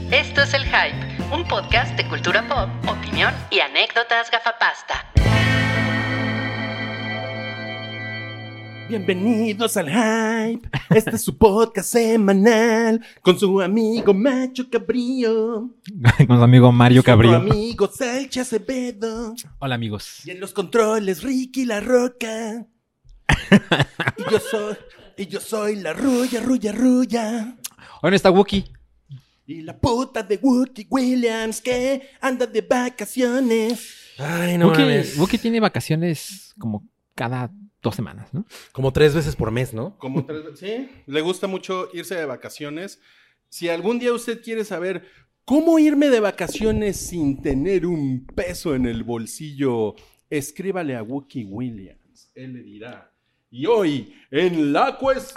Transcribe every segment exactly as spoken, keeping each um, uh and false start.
Esto es El Hype, un podcast de cultura pop, opinión y anécdotas gafapasta. Bienvenidos al Hype, este es su podcast semanal, con su amigo Macho Cabrillo. Con su amigo Mario Cabrillo. Con su amigo Salcha Acevedo. Hola, amigos. Y en los controles, Ricky La Roca. Y yo soy, y yo soy la Ruya, Ruya, Ruya. ¿Dónde está Wookie? Y la puta de Wookie Williams que anda de vacaciones. Ay, no Wookie, mames. Wookie tiene vacaciones como cada dos semanas, ¿no? Como tres veces por mes, ¿no? Como tres veces, sí, le gusta mucho irse de vacaciones. Si algún día usted quiere saber cómo irme de vacaciones sin tener un peso en el bolsillo, escríbale a Wookie Williams. Él le dirá. Y hoy, en La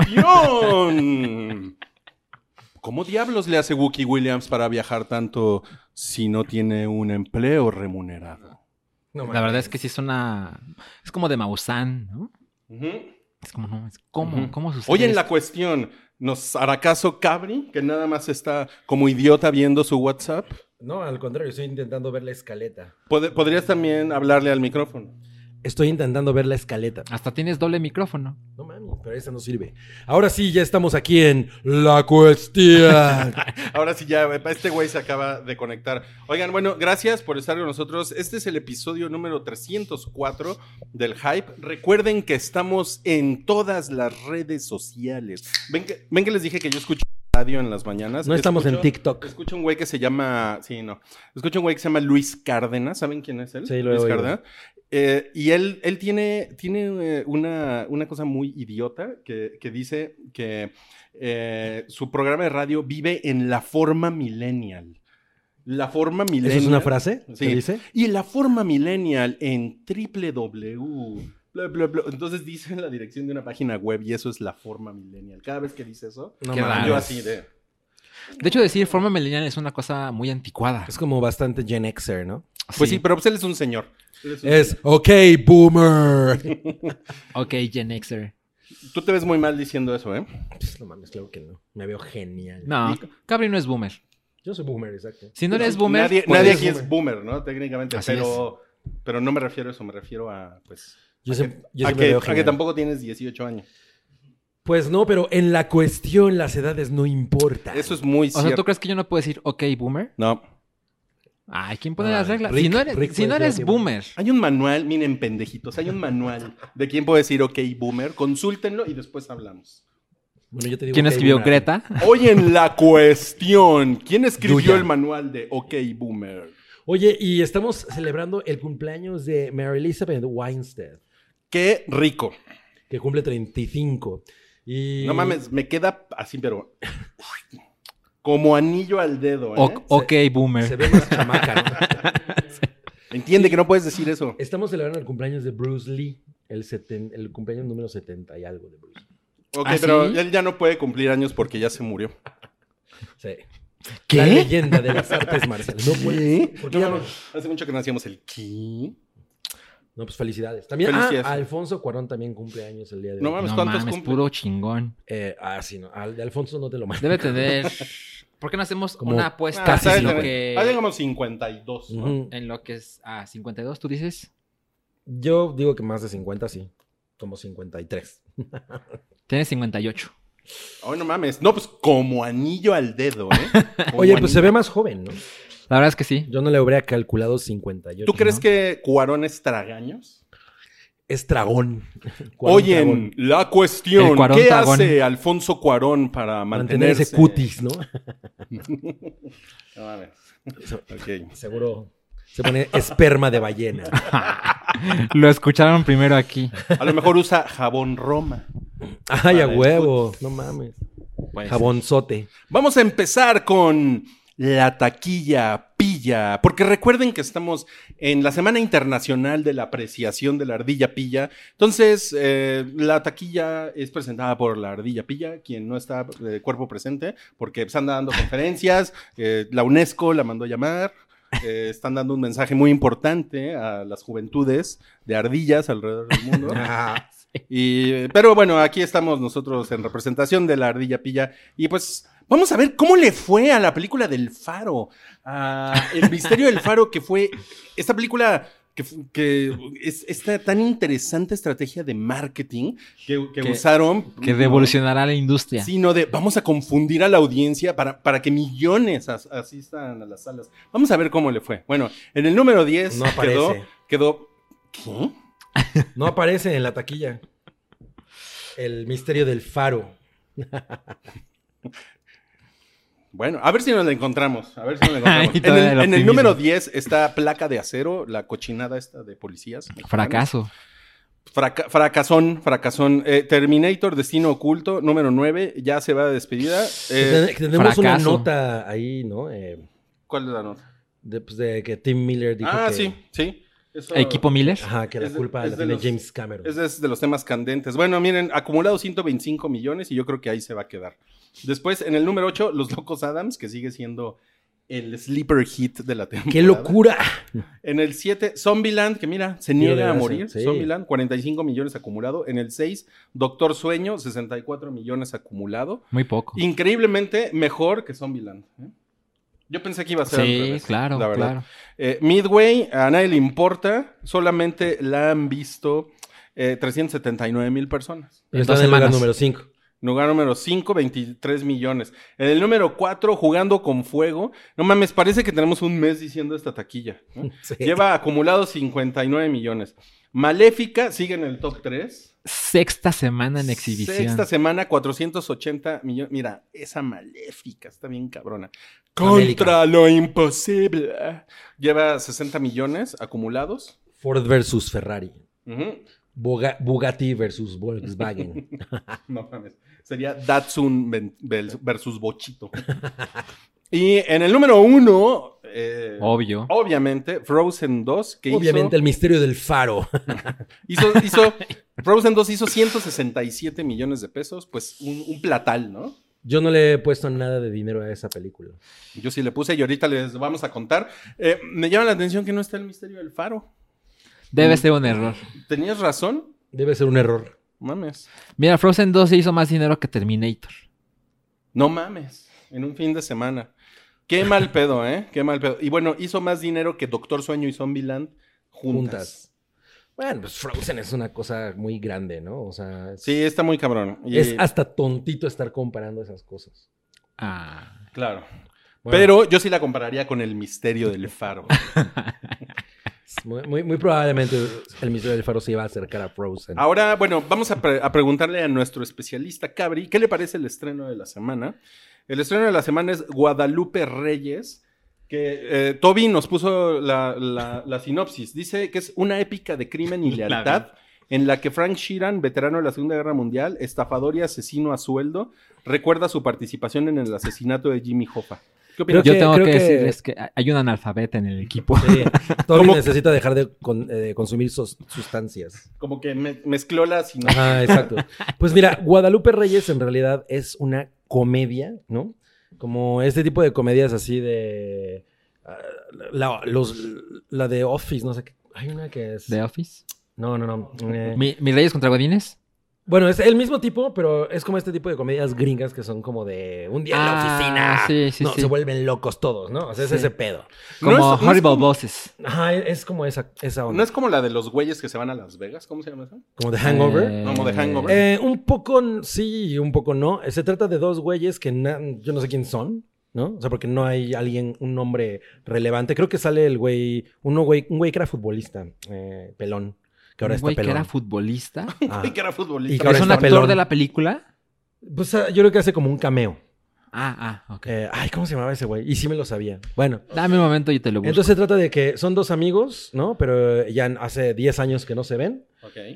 Cuestión. ¿Cómo diablos le hace Wookie Williams para viajar tanto si no tiene un empleo remunerado? No, La verdad es que sí es una... Es como de Maussan, ¿no? Uh-huh. Es como, no, es ¿cómo? Uh-huh. ¿Cómo sucede Oye, en esto? La Cuestión, ¿nos hará caso Cabri, que nada más está como idiota viendo su WhatsApp? No, al contrario, estoy intentando ver la escaleta. Pod- ¿Podrías también hablarle al micrófono? Estoy intentando ver la escaleta. Hasta tienes doble micrófono. No mames, pero esa no sirve. Ahora sí, ya estamos aquí en La Cuestión. Ahora sí ya, este güey se acaba de conectar. Oigan, bueno, gracias por estar con nosotros. Este es el episodio número trescientos cuatro del Hype. Recuerden que estamos en todas las redes sociales. Ven que, ven que les dije que yo escucho radio en las mañanas. No estamos Escucho- en TikTok. Escucho un güey que se llama... Sí, no. Escucho un güey que se llama Luis Cárdenas. ¿Saben quién es él? Sí, lo he Luis oído. Cárdenas. Eh, y él, él tiene, tiene eh, una, una cosa muy idiota que, que dice que eh, su programa de radio vive en la forma millennial. La forma millennial. ¿Eso es una frase? Sí. ¿Qué dice? Y la forma millennial en doble u doble u doble u. Bla, bla, bla. Entonces dice la dirección de una página web y eso es la forma millennial. Cada vez que dice eso, No Qué mames. raro. yo así de... De hecho, decir forma millennial es una cosa muy anticuada. Es como bastante Gen Xer, ¿no? Pues sí, pero pues él es un señor. Él es un Es, señor. ok, boomer. Ok, Gen Xer. Tú te ves muy mal diciendo eso, ¿eh? Pues, no mames, claro que no. Me veo genial. No, Cabri no es boomer. Yo soy boomer, exacto. Si no eres boomer... Nadie, pues, nadie eres aquí boomer. es boomer, ¿no? Técnicamente, Así pero, pero no me refiero a eso, me refiero a, pues... Yo, a se- que, yo a sí me que- veo a que genial. tampoco tienes dieciocho años. Pues no, pero en La Cuestión las edades no importan. Eso es muy O sea, cierto. ¿tú crees que yo no puedo decir ok, boomer? No. Ay, ¿quién pone Ah, las reglas? Rick- si no eres, Rick si no puede eres ser boomer... Hay un manual, miren pendejitos, hay un manual de quién puede decir ok, boomer. Consúltenlo y después hablamos. Bueno, yo te digo ¿Quién ok, escribió boomer. Greta? Hoy en La Cuestión, ¿quién escribió Yuya. el manual de ok, boomer? Oye, y estamos celebrando el cumpleaños de Mary Elizabeth Winstead, Qué rico. que cumple treinta y cinco. Y... No mames, me queda así, pero... Como anillo al dedo, ¿eh? O- ok, boomer. Se ve más chamaca, ¿no? Entiende que no puedes decir eso. Estamos celebrando el cumpleaños de Bruce Lee, el, seten- el cumpleaños número setenta y algo de Bruce. Ok, ¿Ah, pero sí? él ya no puede cumplir años porque ya se murió. Sí. ¿Qué? La leyenda de las artes marciales. No puede. ¿Por qué ya no? Hace mucho que no hacíamos el ¿qué? No, pues felicidades. También, Felicidades. ah, Alfonso Cuarón también cumple años el día de hoy. No mames, No ¿cuántos mames, cumple? puro chingón. Eh, ah, sí, no. Al de Alfonso no te lo mando. Debe tener... ¿Por qué no hacemos Como una apuesta Ah, casi ¿sabes? en lo cincuenta. que... Ah, digamos cincuenta y dos, ¿no? Ujú. En lo que es... Ah, cincuenta y dos, ¿tú dices? Yo digo que más de cincuenta, sí. Como cincuenta y tres. Tienes cincuenta y ocho. Ay, no mames. No, pues como anillo al dedo, ¿eh? Como Oye, pues se anillo. ve más joven, ¿no? La verdad es que sí. Yo no le habría calculado cincuenta y ocho. ¿Tú crees ¿no? que Cuarón es tragaños? Es tragón. Cuarón Hoy en tragón. La Cuestión, El Cuarón ¿qué tragón. hace Alfonso Cuarón para Mantener mantenerse? ese cutis, ¿no? No mames. Ok. Seguro se pone esperma de ballena. Lo escucharon primero aquí. A lo mejor usa jabón Roma. Ay, a Para el huevo. No mames. Pues, Jabonzote. Vamos a empezar con la taquilla pilla, porque recuerden que estamos en la Semana Internacional de la Apreciación de la Ardilla Pilla. Entonces, eh, la taquilla es presentada por la Ardilla Pilla, quien no está de cuerpo presente, porque se anda dando conferencias, eh, la UNESCO la mandó a llamar. Eh, están dando un mensaje muy importante a las juventudes de ardillas alrededor del mundo. Ah, Y, pero bueno, aquí estamos nosotros en representación de la Ardilla Pilla. Y pues vamos a ver cómo le fue a la película del Faro. A El misterio del Faro, que fue esta película que, que es esta tan interesante estrategia de marketing que, que Que- usaron. Que ¿no? revolucionará la industria. Sino de vamos a confundir a la audiencia para, para que millones as- asistan a las salas. Vamos a ver cómo le fue. Bueno, en el número diez No aparece. quedó, quedó... ¿Qué? No aparece en la taquilla. El misterio del Faro. Bueno, a ver si nos la encontramos. A ver si nos la encontramos. Ay, en todavía el, el en el optimismo. número diez está Placa de Acero, la cochinada esta de policías. mexicanos. Fracaso. Fraca- fracasón, fracasón. Eh, Terminator, Destino Oculto, número nueve, ya se va de despedida. Eh, Ten- Tenemos una fracaso. nota ahí, ¿no? Eh, ¿Cuál es la nota? de, pues, de que Tim Miller dijo Ah, que... sí, sí. Eso- Equipo Miller. Ajá, que la Es de- culpa es la de tiene los- James Cameron. Ese es de los temas candentes. Bueno, miren, acumulado ciento veinticinco millones y yo creo que ahí se va a quedar. Después, en el número ocho, Los Locos Adams, que sigue siendo el sleeper hit de la temporada. ¡Qué locura! En el siete, Zombieland, que mira, se Tiro de niega a gracia, morir. sí. Zombieland, cuarenta y cinco millones acumulado. En el seis, Doctor Sueño, sesenta y cuatro millones acumulado. Muy poco. Increíblemente mejor que Zombieland. ¿eh? Yo pensé que iba a ser al Sí, revés, claro, la verdad. claro. Eh, Midway, a nadie le importa, solamente la han visto eh, trescientos setenta y nueve mil personas. Y En está dos en el lugar semanas. número cinco. Lugar número cinco, veintitrés millones. En el número cuatro, Jugando con Fuego. No mames, parece que tenemos un mes diciendo esta taquilla. ¿no? Sí. Lleva acumulado cincuenta y nueve millones. Maléfica sigue en el top tres. Sexta semana en exhibición. Sexta semana, cuatrocientos ochenta millones. Mira, esa Maléfica está bien cabrona. América. Contra lo imposible. Lleva sesenta millones acumulados. Ford versus Ferrari. Ujú. Boga- Bugatti versus Volkswagen. No mames. Sería Datsun ven- vel- versus Bochito. Y en el número uno, eh, Obvio. obviamente, Frozen dos, que Obviamente hizo, el misterio del Faro. hizo, hizo- Frozen dos hizo ciento sesenta y siete millones de pesos, pues un, un platal, ¿no? Yo no le he puesto nada de dinero a esa película. Yo sí le puse y ahorita les vamos a contar. Eh, me llama la atención que no está el misterio del faro. Debe ser un error. ¿Tenías razón? Debe ser un error. Mames. Mira, Frozen dos se hizo más dinero que Terminator. No mames. En un fin de semana. Qué mal pedo, ¿eh? Qué mal pedo. Y bueno, hizo más dinero que Doctor Sueño y Zombieland juntas. Juntas. Bueno, pues Frozen es una cosa muy grande, ¿no? O sea, es, Sí, está muy cabrón. Y- es hasta tontito estar comparando esas cosas. Ah. Claro. Bueno, Pero yo sí la compararía con el misterio del faro. muy, muy, muy probablemente el misterio del Faro se iba a acercar a Frozen. Ahora, bueno, vamos a, pre- a preguntarle a nuestro especialista Cabri, ¿qué le parece el estreno de la semana? El estreno de la semana es Guadalupe Reyes, que eh, Toby nos puso la, la- la sinopsis. Dice que es una épica de crimen y lealtad en la que Frank Sheeran, veterano de la Segunda Guerra Mundial, estafador y asesino a sueldo, recuerda su participación en el asesinato de Jimmy Hoffa. ¿Qué opinas? Creo Yo que- tengo creo que, que- decirles que hay un analfabeta en el equipo. Sí, Toby ¿Cómo? necesita dejar de, con- eh, de consumir sus- sustancias. Como que me- mezcló la sinopsis. Ajá, exacto. Pues mira, Guadalupe Reyes en realidad es una comedia, ¿no? Como este tipo de comedias así de... ah, la, los, la de Office, no sé qué. Hay una que es... ¿The Office? No, no, no. eh, ¿Mi, ¿Mis Reyes contra Godines? Bueno, es el mismo tipo, pero es como este tipo de comedias gringas que son como de un día en la Ah, oficina. sí, sí, no, sí. se vuelven locos todos, ¿no? O sea, es Sí. ese pedo. No Como es- no es Horrible como- Bosses. Ajá, es como esa, esa onda. ¿No es como la de los güeyes que se van a Las Vegas? ¿Cómo se llama eso? Como de Hangover. Eh, Como de Hangover. Eh, un poco sí y un poco no. Se trata de dos güeyes que na- yo no sé quién son, ¿no? O sea, porque no hay alguien, un nombre relevante. Creo que sale el güey, uno güey, un güey que era futbolista, eh, pelón, que ahora un está güey que pelón. era futbolista. Ah. Ay, que era Y futbolista. que ahora ¿Es un está actor pelón. de la película? Pues ah, yo creo que hace como un cameo. Ah, ah, ok. Eh, ay, ¿cómo se llamaba ese güey? Y sí me lo sabía. Bueno, Dame un momento y te lo busco. entonces se trata de que son dos amigos, ¿no? Pero ya hace diez años que no se ven. Ok.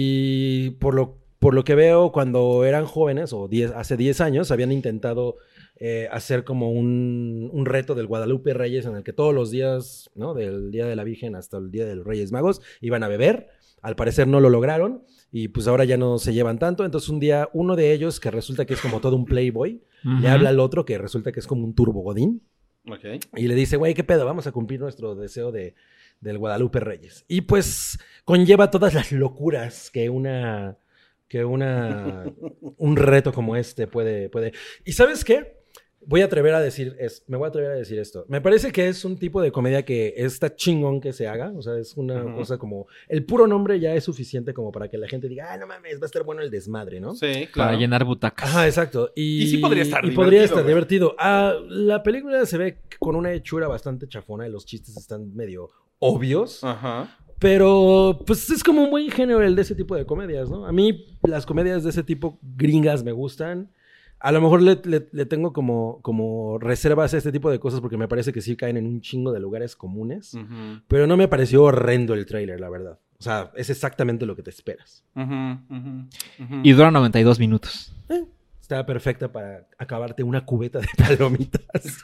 Y por lo, por lo que veo, cuando eran jóvenes, o diez, hace diez años, habían intentado eh, hacer como un, un reto del Guadalupe Reyes en el que todos los días, ¿no? Del Día de la Virgen hasta el Día de los Reyes Magos, iban a beber. Al parecer no lo lograron y pues ahora ya no se llevan tanto. Entonces un día uno de ellos, que resulta que es como todo un playboy, Ujú. le habla al otro que resulta que es como un turbo godín. Ok. Y le dice, güey, ¿qué pedo? Vamos a cumplir nuestro deseo de, del Guadalupe Reyes. Y pues conlleva todas las locuras que una, que una, un reto como este puede, puede... ¿Y sabes qué? Voy a atrever a decir, es, me voy a atrever a decir esto. Me parece que es un tipo de comedia que está chingón que se haga. O sea, es una uh-huh. cosa como... El puro nombre ya es suficiente como para que la gente diga, ah, no mames, va a estar bueno el desmadre, ¿no? Sí, claro. Para llenar butacas. Ajá, exacto. Y, y sí podría estar y divertido. podría estar güey. divertido. Ah, la película se ve con una hechura bastante chafona y los chistes están medio obvios. Ajá. Pero, pues, es como un buen género el de ese tipo de comedias, ¿no? A mí las comedias de ese tipo gringas me gustan. A lo mejor le, le, le tengo como, como reservas a este tipo de cosas porque me parece que sí caen en un chingo de lugares comunes. Uh-huh. Pero no me pareció horrendo el tráiler, la verdad. O sea, es exactamente lo que te esperas. Uh-huh, uh-huh, uh-huh. Y dura noventa y dos minutos. Eh, está perfecta para acabarte una cubeta de palomitas.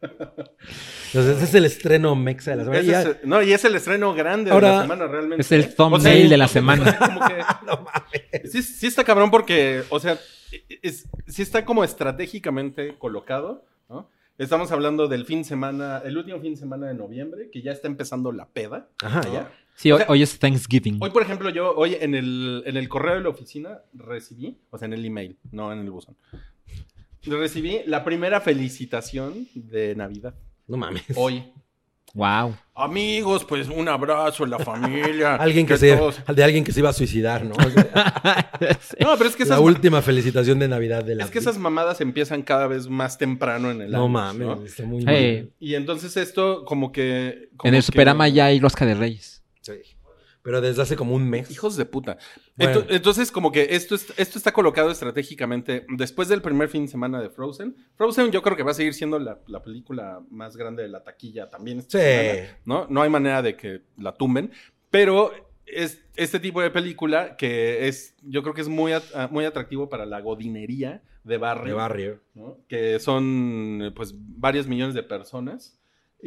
Entonces, ese es el estreno mexa de la semana. Ese Ya... es, no, y es el estreno grande Ahora, de la semana realmente. Es el thumbnail o sea, de la semana. Como que, no mames. Sí, sí está cabrón porque, o sea, es, sí está como estratégicamente colocado, ¿no? Estamos hablando del fin de semana, el último fin de semana de noviembre, que ya está empezando la peda. Ajá, ¿no? ya. Sí, o hoy, sea, hoy es Thanksgiving. Hoy, por ejemplo, yo, hoy en el, en el correo de la oficina recibí, o sea, en el email, no en el buzón, recibí la primera felicitación de Navidad. No mames. Hoy. Wow. Amigos, pues un abrazo a la familia. Alguien que, que se, todos... De alguien que se iba a suicidar, ¿no? O sea, sí. No, pero es que esas... La última felicitación de Navidad de la Es que esas mamadas empiezan cada vez más temprano en el año. No mames, ¿no? Está muy hey. mal. Y entonces esto como que... Como en el que... Superama ya hay rosca de Reyes. Sí. Pero desde hace como un mes. Hijos de puta. Bueno. Entonces, entonces, como que esto, es, esto está colocado estratégicamente después del primer fin de semana de Frozen. Frozen yo creo que va a seguir siendo la, la película más grande de la taquilla también. Esta sí. semana, ¿no? No hay manera de que la tumben. Pero es este tipo de película que es, yo creo que es muy, at- muy atractivo para la godinería de barrio. De barrio. ¿no? Que son, pues, varios millones de personas.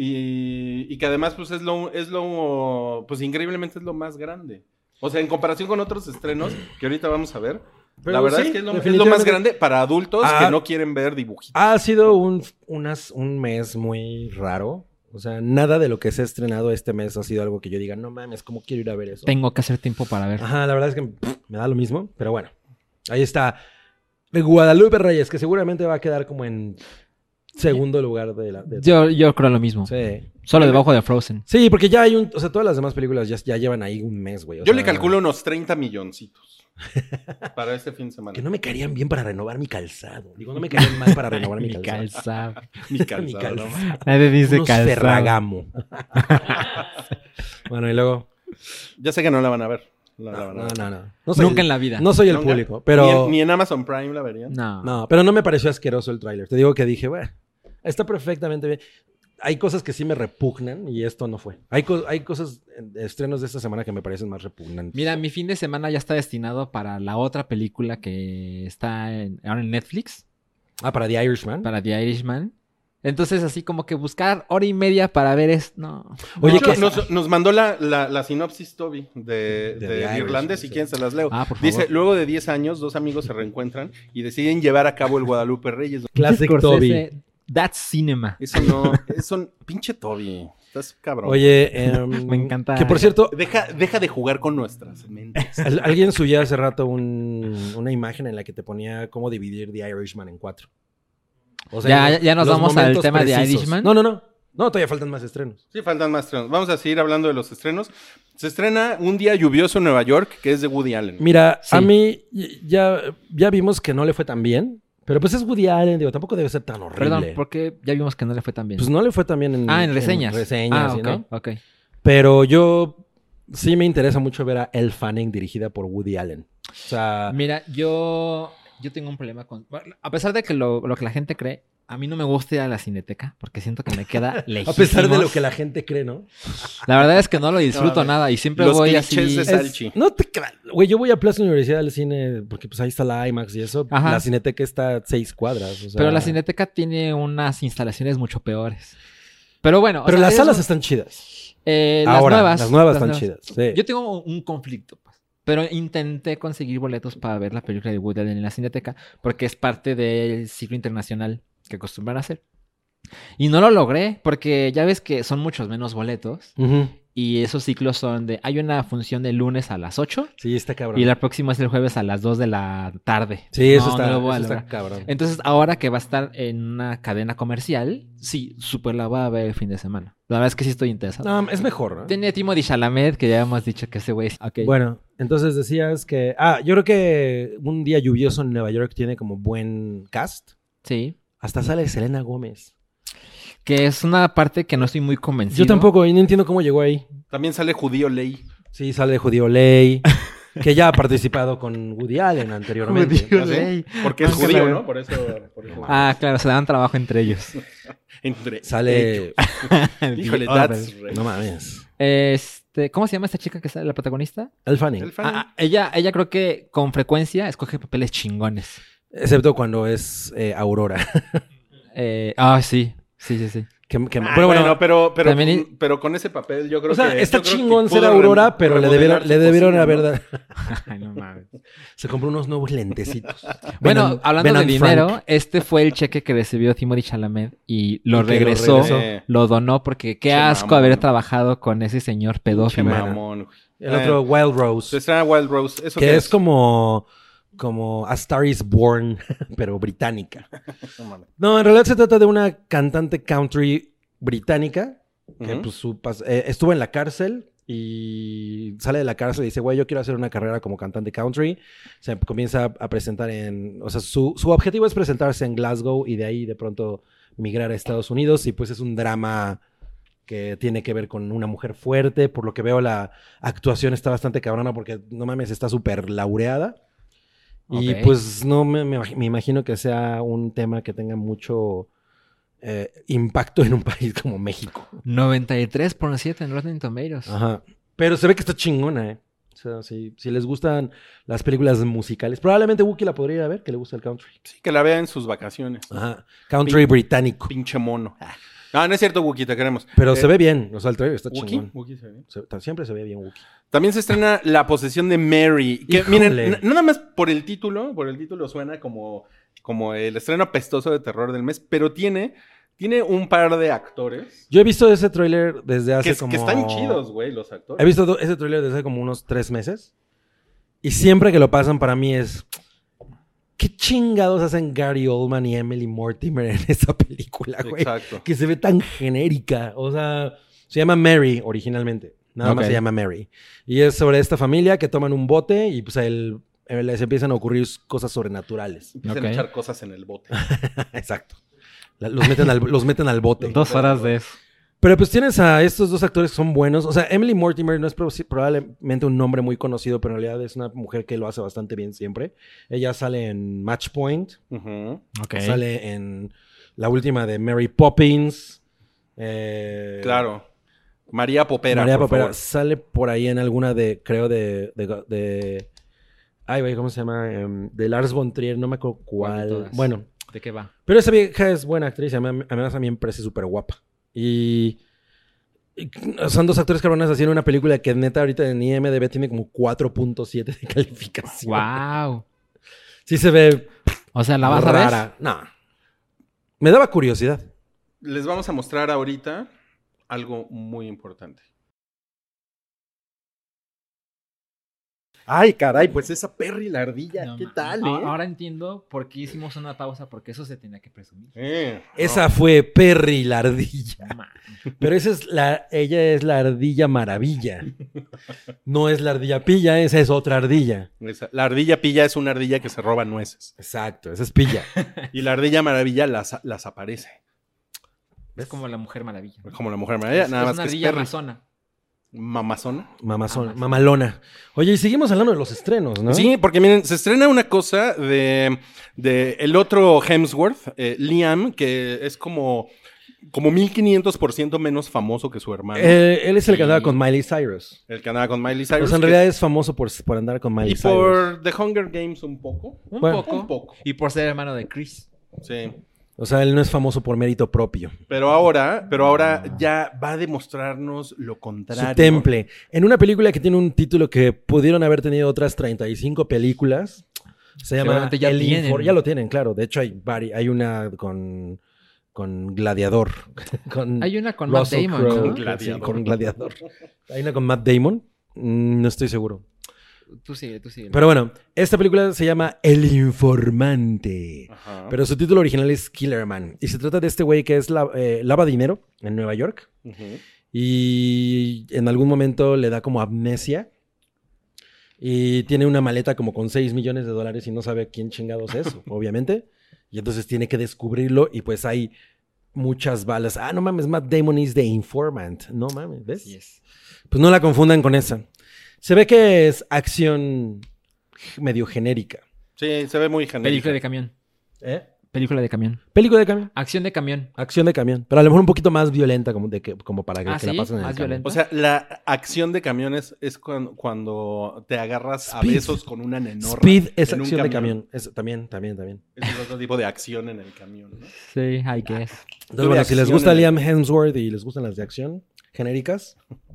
Y, y que además, pues, es lo, es lo, pues, increíblemente es lo más grande. O sea, en comparación con otros estrenos que ahorita vamos a ver, pero la verdad sí, es que es lo, es lo más grande para adultos ah, que no quieren ver dibujitos. Ha sido un, unas, un mes muy raro. O sea, nada de lo que se ha estrenado este mes ha sido algo que yo diga, no mames, ¿cómo quiero ir a ver eso? Tengo que hacer tiempo para ver. Ajá, la verdad es que pff, me da lo mismo, pero bueno. Ahí está. De Guadalupe Reyes, que seguramente va a quedar como en segundo lugar de la... De... Yo, yo creo lo mismo. Sí. Solo debajo de Frozen. Sí, porque ya hay un... O sea, todas las demás películas ya, ya llevan ahí un mes, güey. O Yo sea, le calculo unos treinta milloncitos para este fin de semana. Que no me caerían bien para renovar mi calzado. Digo, no me caerían mal para renovar mi Mi calzado. calzado. Mi Mi calzado. calzado. ¿no? Nadie dice Unos calzado. Ferragamo. Bueno, y luego... Ya sé que no la van a ver. No, la No, van a no, ver. no. no. No soy Nunca el- en la vida. No soy el ¿Nunca? público, pero... Ni en, ni en Amazon Prime la verían. No. No, pero no me pareció asqueroso el tráiler. Te digo que dije, bueno, está perfectamente bien. Hay cosas que sí me repugnan y esto no fue. Hay, co- hay cosas, eh, estrenos de esta semana que me parecen más repugnantes. Mira, mi fin de semana ya está destinado para la otra película que está en- ahora en Netflix, Ah, para The Irishman. para The Irishman. Entonces, así como que buscar hora y media para ver es... No. Oye, De hecho, ¿qué- nos, nos mandó la, la, la sinopsis, Toby, de, De de, The Irishman, irlandés, si sí. quieren se las leo. Ah, por favor. Dice, luego de diez años, dos amigos se reencuentran y deciden llevar a cabo el Guadalupe Reyes. Classic Scorsese, Toby. That's cinema. Eso no, eso, pinche Toby, estás cabrón. Oye, em, Me encanta. Que por cierto, Deja, deja de jugar con nuestras mentes. al- alguien subía hace rato un- una imagen en la que te ponía cómo dividir The Irishman en cuatro. O Ya- los- ya nos los vamos al momentos tema de Irishman. No, no, no. No, todavía faltan más estrenos. Sí, faltan más estrenos. Vamos a seguir hablando de los estrenos. Se estrena Un día lluvioso en Nueva York, que es de Woody Allen. Mira, Sí. a mí y- ya, ya vimos que no le fue tan bien. Pero pues es Woody Allen, digo, tampoco debe ser tan horrible. Perdón, porque ya vimos que no le fue tan bien. Pues no le fue tan bien en, ah, en reseñas. reseñas, ah, ¿sí, ok, ¿no? ok. Pero yo sí me interesa mucho ver a Elle Fanning dirigida por Woody Allen. O sea, Mira, yo, yo tengo un problema con... bueno, a pesar de que lo, lo que la gente cree, a mí no me gusta ir a la Cineteca porque siento que me queda a lejísimos. pesar de lo que la gente cree, ¿no? La verdad es que no lo disfruto No, nada y siempre los voy clichés así... de Es- Salchi. no te creas. Güey, yo voy a Plaza Universidad del Cine porque pues ahí está la IMAX y eso. Ajá. La Cineteca está a seis cuadras. o sea- Pero la Cineteca tiene unas instalaciones mucho peores. Pero bueno... o Pero sea, las eso- salas están chidas. eh, las Ahora, nuevas. las nuevas las están nuevas. chidas. Sí. Yo tengo un conflicto, pues. Pero intenté conseguir boletos para ver la película de Woody Allen en la Cineteca porque es parte del ciclo internacional que acostumbran a hacer. Y no lo logré porque ya ves que son muchos menos boletos Ujú. Y esos ciclos son de... Hay una función el lunes a las ocho. Sí, está cabrón. Y la próxima es el jueves a las dos de la tarde. Sí, eso No, está, no lo voy a eso está lograr. cabrón. Entonces, ahora que va a estar en una cadena comercial, sí, súper la voy a ver el fin de semana. La verdad es que sí estoy interesado. No, es mejor, ¿no? Tiene Timothée Chalamet, que ya hemos dicho que ese güey... Okay. Bueno, entonces decías que... Ah, yo creo que un día lluvioso en Nueva York tiene como buen cast. Sí. Hasta sale Selena Gómez. Que es una parte que no estoy muy convencido. Yo tampoco, y no entiendo cómo llegó ahí. También sale Judío Ley. Sí, sale Judío Ley, que ya ha participado con Woody Allen anteriormente. Judío ¿Ah, sí? Ley. Porque es Nunca judío, la- ¿no? Por eso... Por eso. Ah, claro, se dan trabajo entre ellos. Entre Sale... Híjole, The that's Other. right. No mames. Este, ¿cómo se llama esta chica que sale la protagonista? El Fanning. El fan. Ah, ah, ella, ella creo que con frecuencia escoge papeles chingones. Excepto cuando es eh, Aurora. Eh, ah, sí, sí, sí, sí. que, que- Ah, pero bueno, bueno, pero, pero, también- pero con ese papel yo creo o sea, que... está yo creo que chingón ser pudo Aurora, rem- pero le remodelar debieron, su le debieron cocina, haber ¿no? dado... Ay, no mames. Se compró unos nuevos lentecitos. Bueno, Ben and- hablando Ben de and dinero, Frank. este fue el cheque que recibió Timothée Chalamet y lo Y que lo regresó, regresó. lo donó porque qué Che asco mamón. haber trabajado con ese señor Che pedófilo. mamón, güey. El otro, Wild Rose. Se estrena Wild Rose. ¿Eso Que qué es como, como A Star is Born, pero británica. No mames. No, en realidad se trata de una cantante country británica que Ujú. pues, su pas- eh, estuvo en la cárcel y sale de la cárcel y dice, güey, yo quiero hacer una carrera como cantante country. Se comienza a, a presentar en... O sea, su, su objetivo es presentarse en Glasgow y de ahí de pronto migrar a Estados Unidos y pues es un drama que tiene que ver con una mujer fuerte. Por lo que veo, la actuación está bastante cabrona porque, no mames, está súper laureada. Y Ok. pues no me, me imag- me imagino que sea un tema que tenga mucho eh, impacto en un país como México. noventa y tres por ciento en Rotten Tomatoes. Ajá. Pero se ve que está chingona, ¿eh? O sea, si, si les gustan las películas musicales, probablemente Wookie la podría ir a ver, que le gusta el country. Sí, que la vea en sus vacaciones. Ajá. Country británico. Pinche mono. No, no es cierto, Wookie, te queremos. Pero Eh, se ve bien, o sea, el trailer está ¿Wookie? chingón. Wookie se ve bien. Se- siempre se ve bien Wookie. También se estrena La posesión de Mary. Que, Híjole. miren, n- nada más por el título, por el título suena como, como el estreno apestoso de terror del mes, pero tiene, tiene un par de actores Yo he visto ese tráiler desde hace que, es- como... que están chidos, güey, los actores. He visto do- ese tráiler desde hace como unos tres meses. Y siempre que lo pasan para mí es... ¿Qué chingados hacen Gary Oldman y Emily Mortimer en esa película, güey? Exacto. Que se ve tan genérica. O sea, se llama Mary originalmente. Nada más Ok. se llama Mary. Y es sobre esta familia que toman un bote y pues el, el- les empiezan a ocurrir cosas sobrenaturales. Empiezan Ok. a echar cosas en el bote. Exacto. La- Los meten al, los meten al bote. Dos horas de eso. Pero pues tienes a estos dos actores que son buenos. O sea, Emily Mortimer no es pro- probablemente un nombre muy conocido, pero en realidad es una mujer que lo hace bastante bien siempre. Ella sale en Match Point, Ujú. Ok. sale en la última de Mary Poppins. eh, Claro. María Popera, María por Popera favor. sale por ahí en alguna de, creo, de... de, de- ay, güey, ¿cómo se llama? Em, de Lars von Trier, no me acuerdo ¿Cuál de cuál. todas? Bueno, ¿De qué va? pero esa vieja es buena actriz, a mí- además a mí me parece súper guapa. Y, y son dos actores cabrones haciendo una película que neta ahorita en I M D B tiene como cuatro punto siete de calificación. Wow. Sí se ve O sea, ¿la vas a ver? rara. No. Me daba curiosidad. Les vamos a mostrar ahorita algo muy importante. Ay, caray, pues esa Perry la ardilla, No, ¿qué ma- tal, a- eh? Ahora entiendo por qué hicimos una pausa, porque eso se tenía que presumir. Eh, Esa fue Perry la ardilla. No, ma- Pero esa es la, ella es la ardilla maravilla. No es la ardilla pilla, esa es otra ardilla. no. Esa- la ardilla pilla es una ardilla que se roba nueces. Exacto, esa es pilla. Y la ardilla maravilla las, las aparece. Es como la Mujer Maravilla. Como la mujer maravilla, Es- nada es más una que es ardilla Perry. amazona. Mamazona. Mamazona, Amazon. mamalona. Oye, y seguimos hablando de los estrenos, ¿no? Sí, porque miren, se estrena una cosa de, de el otro Hemsworth, eh, Liam, que es como, como mil quinientos por ciento menos famoso que su hermano. Eh, él es el que Sí. andaba con Miley Cyrus. el que andaba con Miley Cyrus. O sea, en que- realidad es famoso por, por andar con Miley y Cyrus. por The Hunger Games un poco. Un Bueno. poco. Un poco. Y por ser hermano de Chris. Sí. O sea, él no es famoso por mérito propio. Pero ahora, pero ahora ya va a demostrarnos lo contrario. Su temple. En una película que tiene un título que pudieron haber tenido otras treinta y cinco películas. Se llama Seguramente ya El tienen. Infor- Ya lo tienen, claro. De hecho, hay, vari- hay una con, con Gladiador. con Hay una con Matt Russell Damon, Crowe. ¿no? Sí, Gladiador. con Gladiador. Hay una con Matt Damon. Mm, no estoy seguro. Tú sigue, tú sigue. Pero bueno, esta película se llama El Informante. Ajá. Pero su título original es Killerman. Y se trata de este güey que es la- eh, lava dinero en Nueva York. Ujú. Y en algún momento le da como amnesia. Y tiene una maleta como con seis millones de dólares y no sabe quién chingados es, obviamente. Y entonces tiene que descubrirlo y pues hay muchas balas. Ah, no mames, Matt Damon is the informant. No mames, ¿ves? Así es. Pues no la confundan con esa. Se ve que es acción medio genérica. Sí, se ve muy genérico. Película de camión. ¿Eh? Película de camión. Película de camión. Acción de camión. Acción de camión. Pero a lo mejor un poquito más violenta como, de que, como para que, Ah, que la ¿sí? pasen en el Más camión. violenta. O sea, la acción de camiones es cuando, cuando te agarras a Speed. besos con una nenorra. Speed es en un acción de camión. Es, también, también, también. Es otro tipo de acción en el camión, ¿no? Sí, I guess. Entonces, Tuve bueno, si les acción gusta en el- Liam Hemsworth y les gustan las de acción genéricas,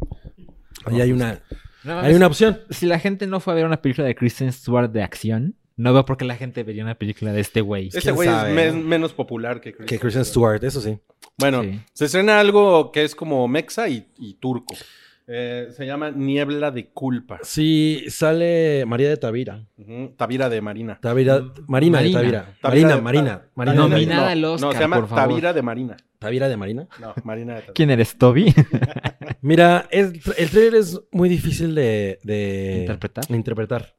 ahí hay una, No, hay una opción. Si la gente no fue a ver una película de Kristen Stewart de acción, no veo por qué la gente vería una película de este güey. Ese quién güey es sabe, men- ¿no? menos popular que Kristen, Que Kristen Stewart, eso sí. Bueno, Sí. se estrena algo que es como mexa y, y turco. Eh, se llama Niebla de Culpa. Sí, sale María de Tavira. Ujú, Tavira de Marina. Tavira, Marina, de Marina. Tavira. Tavira Marina, de- Marina. Ta- Marina, No, de Nominada Marina. al Oscar, No, se llama por favor. Tavira de Marina. Tavira de Marina. No, Marina de Tavira. ¿Quién eres, Toby? Mira, es- el trailer es muy difícil de, de ¿Interpretar? de interpretar.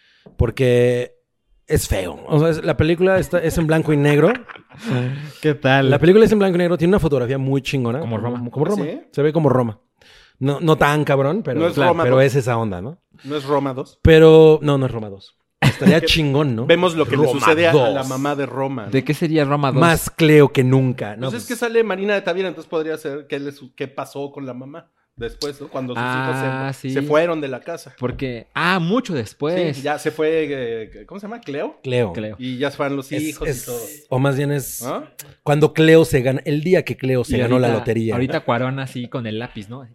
Porque es feo. O sea, es- la película está, es en blanco y negro. ¿Qué tal? La película es en blanco y negro, tiene una fotografía muy chingona. Como Roma. Como Roma. ¿Sí? Se ve como Roma. No, no tan cabrón, pero, No es claro, Roma pero dos. es esa onda, ¿no? ¿No es Roma dos? Pero no, no es Roma dos. Estaría chingón, ¿no? Vemos lo que le Roma sucede a, a dos. la mamá de Roma. ¿no? ¿De qué sería Roma dos? Más Cleo que nunca. No, Pues es pues, que sale Marina de Tavira, entonces podría ser qué, le su- qué pasó con la mamá después, ¿no? Cuando sus Ah, hijos se, sí. se fueron de la casa. Porque... Ah, mucho después. Sí, ya se fue, eh, ¿cómo se llama? ¿Cleo? Cleo. Creo. Y ya se fueron los Es- hijos es- y todo. O más bien es ¿Ah? cuando Cleo se gana, el día que Cleo se Y ganó la ahorita- lotería. Ahorita Cuarón así con el lápiz, ¿no?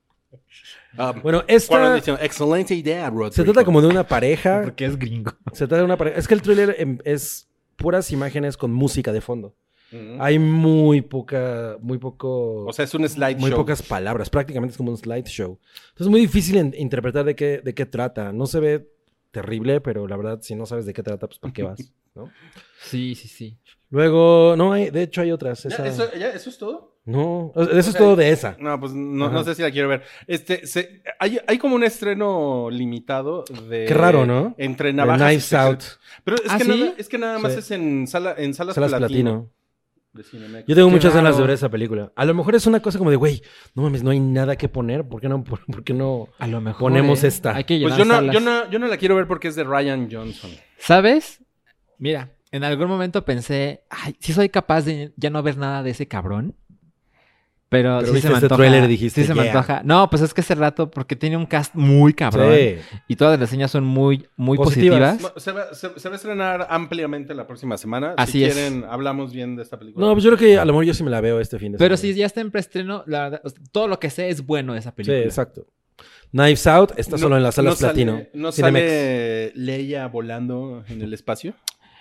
Ah, Bueno, Cuarón esta diciendo, excelente idea, Rodrigo. se trata como de una pareja. Porque es gringo. Se trata de una pareja. Es que el thriller em, es puras imágenes con música de fondo. Ujú. Hay muy poca, muy poco, O sea, es un slideshow. muy pocas palabras. Prácticamente es como un slideshow. Entonces es muy difícil en- interpretar de qué, de qué trata. No se ve terrible, pero la verdad, si no sabes de qué trata, pues ¿para qué vas? ¿No? Sí, sí, sí. Luego, no hay, de hecho hay otras. ¿Ya, Esa- ¿Eso, ya, ¿Eso es todo? No, eso es sea, todo de esa. No, pues no, Ajá. no sé si la quiero ver. Este, se, hay, hay como un estreno limitado de... Qué raro, ¿no? Entre De navajas y Knives Out, secretos. Pero es, ¿Ah, que sí? nada, es que nada más Sí. es en, sala, en salas, Salas platino. Platino. de Cinemex. Yo tengo Qué muchas ganas de raro. ver esa película. A lo mejor es una cosa como de, güey, no mames, no hay nada que poner. ¿Por qué no, por, por qué no? A lo mejor. Ponemos ¿eh? esta. Hay que Pues llenar yo no, salas. yo, no, yo no la quiero ver porque es de Ryan Johnson. ¿Sabes? Mira, en algún momento pensé, ay, si soy capaz de ya no ver nada de ese cabrón. Pero, Pero sí viste se me este antoja. tráiler y dijiste, sí se me "Yeah". antoja. No, pues es que hace rato, porque tiene un cast muy cabrón. Sí. Y todas las reseñas son muy, muy Positivas. positivas. No, se, va, se- se va a estrenar ampliamente la próxima semana. Así si es. quieren, hablamos bien de esta película. No, pues yo creo que a lo mejor yo sí me la veo este fin de Pero semana. si ya está en preestreno, la verdad, o sea, todo lo que sé es bueno de esa Sí, película. exacto. Knives Out está solo en las salas no sale- platino. ¿No Cinemex. sale Leia volando en el espacio?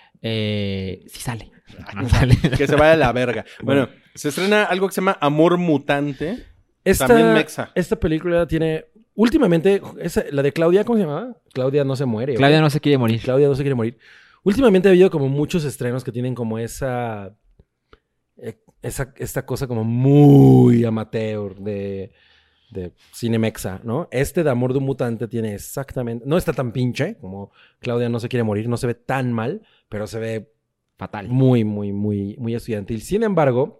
Eh, sí sale. No sale. Que se vaya a la verga. Bueno, se estrena algo que se llama Amor Mutante. Esta, También mexa. esta película tiene... Últimamente, esa- la de Claudia, ¿cómo se llamaba? Claudia no se muere. Claudia ¿o qué? no se quiere morir. Claudia no se quiere morir. Últimamente ha habido como muchos estrenos que tienen como esa... eh, esa esta cosa como muy amateur de, de Cinemexa, ¿no? Este de Amor de un Mutante tiene exactamente... No está tan pinche como Claudia no se quiere morir. No se ve tan mal, pero se ve Fatal. muy, muy, muy, muy estudiantil. Sin embargo,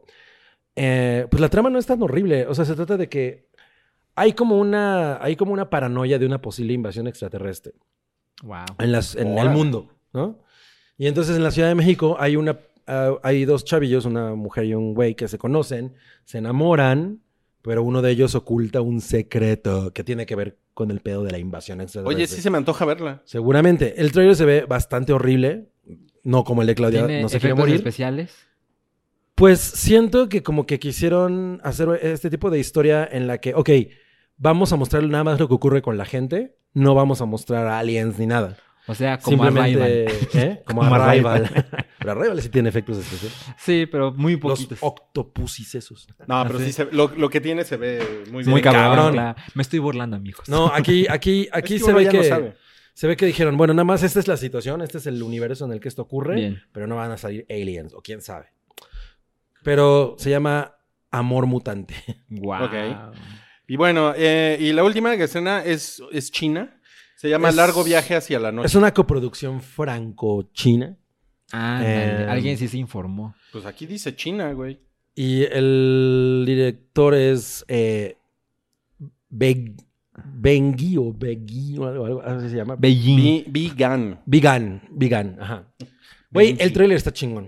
eh, pues la trama no es tan horrible. O sea, se trata de que hay como una, hay como una paranoia de una posible invasión extraterrestre Wow. en, las, en el Órale. mundo, ¿no? Y entonces en la Ciudad de México hay una, ah, hay dos chavillos, una mujer y un güey que se conocen, se enamoran, pero uno de ellos oculta un secreto que tiene que ver con el pedo de la invasión extraterrestre. Oye, sí se me antoja verla. Seguramente. El trailer se ve bastante horrible. No como el de Claudia ¿Tiene no se quiere efectos morir. especiales? Pues siento que como que quisieron hacer este tipo de historia en la que, ok, vamos a mostrar nada más lo que ocurre con la gente, no vamos a mostrar aliens ni nada. O sea, como Simplemente, Arrival. ¿eh? Como, Como Arrival. Pero Arrival sí tiene efectos especiales. Sí, pero muy Los poquitos. octopusis esos. No, pero sí, se- lo, lo que tiene se ve muy bien. Muy cabrón. cabrón. claro. Me estoy burlando, amigos. No, aquí, aquí, aquí Es que se uno ve ya que... no sabe. Se ve que dijeron, bueno, nada más esta es la situación, este es el universo en el que esto ocurre, Bien. pero no van a salir aliens, o quién sabe. Pero se llama Amor Mutante. Wow. Ok. Y bueno, eh, y la última que estrena es, es China. Se llama Es- Largo Viaje hacia la Noche. Es una coproducción franco-china. Ah, Eh, alguien sí se informó. Pues aquí dice China, güey. Y el director es eh, Beg, Bengui o Begui o algo, algo así se llama. Beijing. Bi- Vegan. Vegan, Vegan, ajá. Güey, Benji. el tráiler está chingón.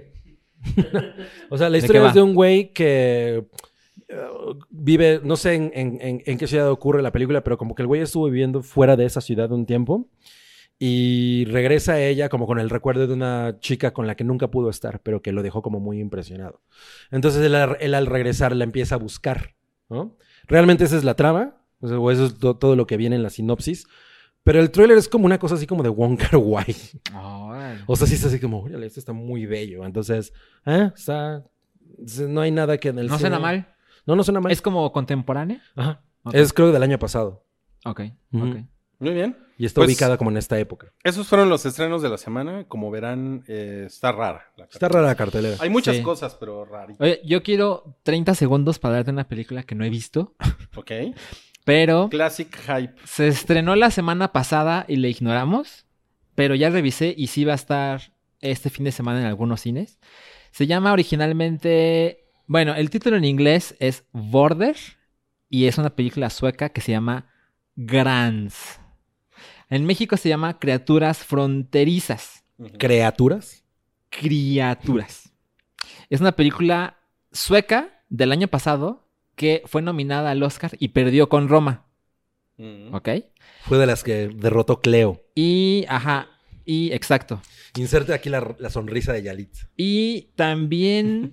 O sea, la ¿De historia qué es va? de un güey que eh, vive, no sé en, en- en- en qué ciudad ocurre la película, pero como que el güey estuvo viviendo fuera de esa ciudad un tiempo y regresa a ella como con el recuerdo de una chica con la que nunca pudo estar, pero que lo dejó como muy impresionado. Entonces él, al- él al regresar la empieza a buscar, ¿no? Realmente esa es la trama, o sea, o eso es to- todo lo que viene en la sinopsis. Pero el tráiler es como una cosa así como de Wong Kar-wai. Órale. O sea, sí es así como, órale, esto está muy bello. Entonces, ¿eh? Está... No hay nada que en el No cine- suena mal. No, no suena mal. ¿Es como contemporáneo? Ajá. Ok. Es creo del año pasado. Ok, Ujú. ok. Muy bien. Y está Pues- ubicada como en esta época. Esos fueron los estrenos de la semana. Como verán, eh, está rara. la Está cartelera. rara la cartelera. Hay muchas Sí. cosas, pero raritas. Oye, yo quiero treinta segundos para darte una película que no he visto, Ok. pero Classic Hype. se estrenó la semana pasada y le ignoramos, pero ya revisé y sí va a estar este fin de semana en algunos cines. Se llama originalmente, bueno, el título en inglés es Border y es una película sueca que se llama Grans. En México se llama Criaturas Fronterizas. Ujú. ¿Criaturas? Criaturas. Es una película sueca del año pasado que fue nominada al Oscar y perdió con Roma, Ujú. ¿ok? Fue de las que derrotó Cleo. Y, ajá, y exacto. Inserte aquí la, la sonrisa de Yalitza. Y también,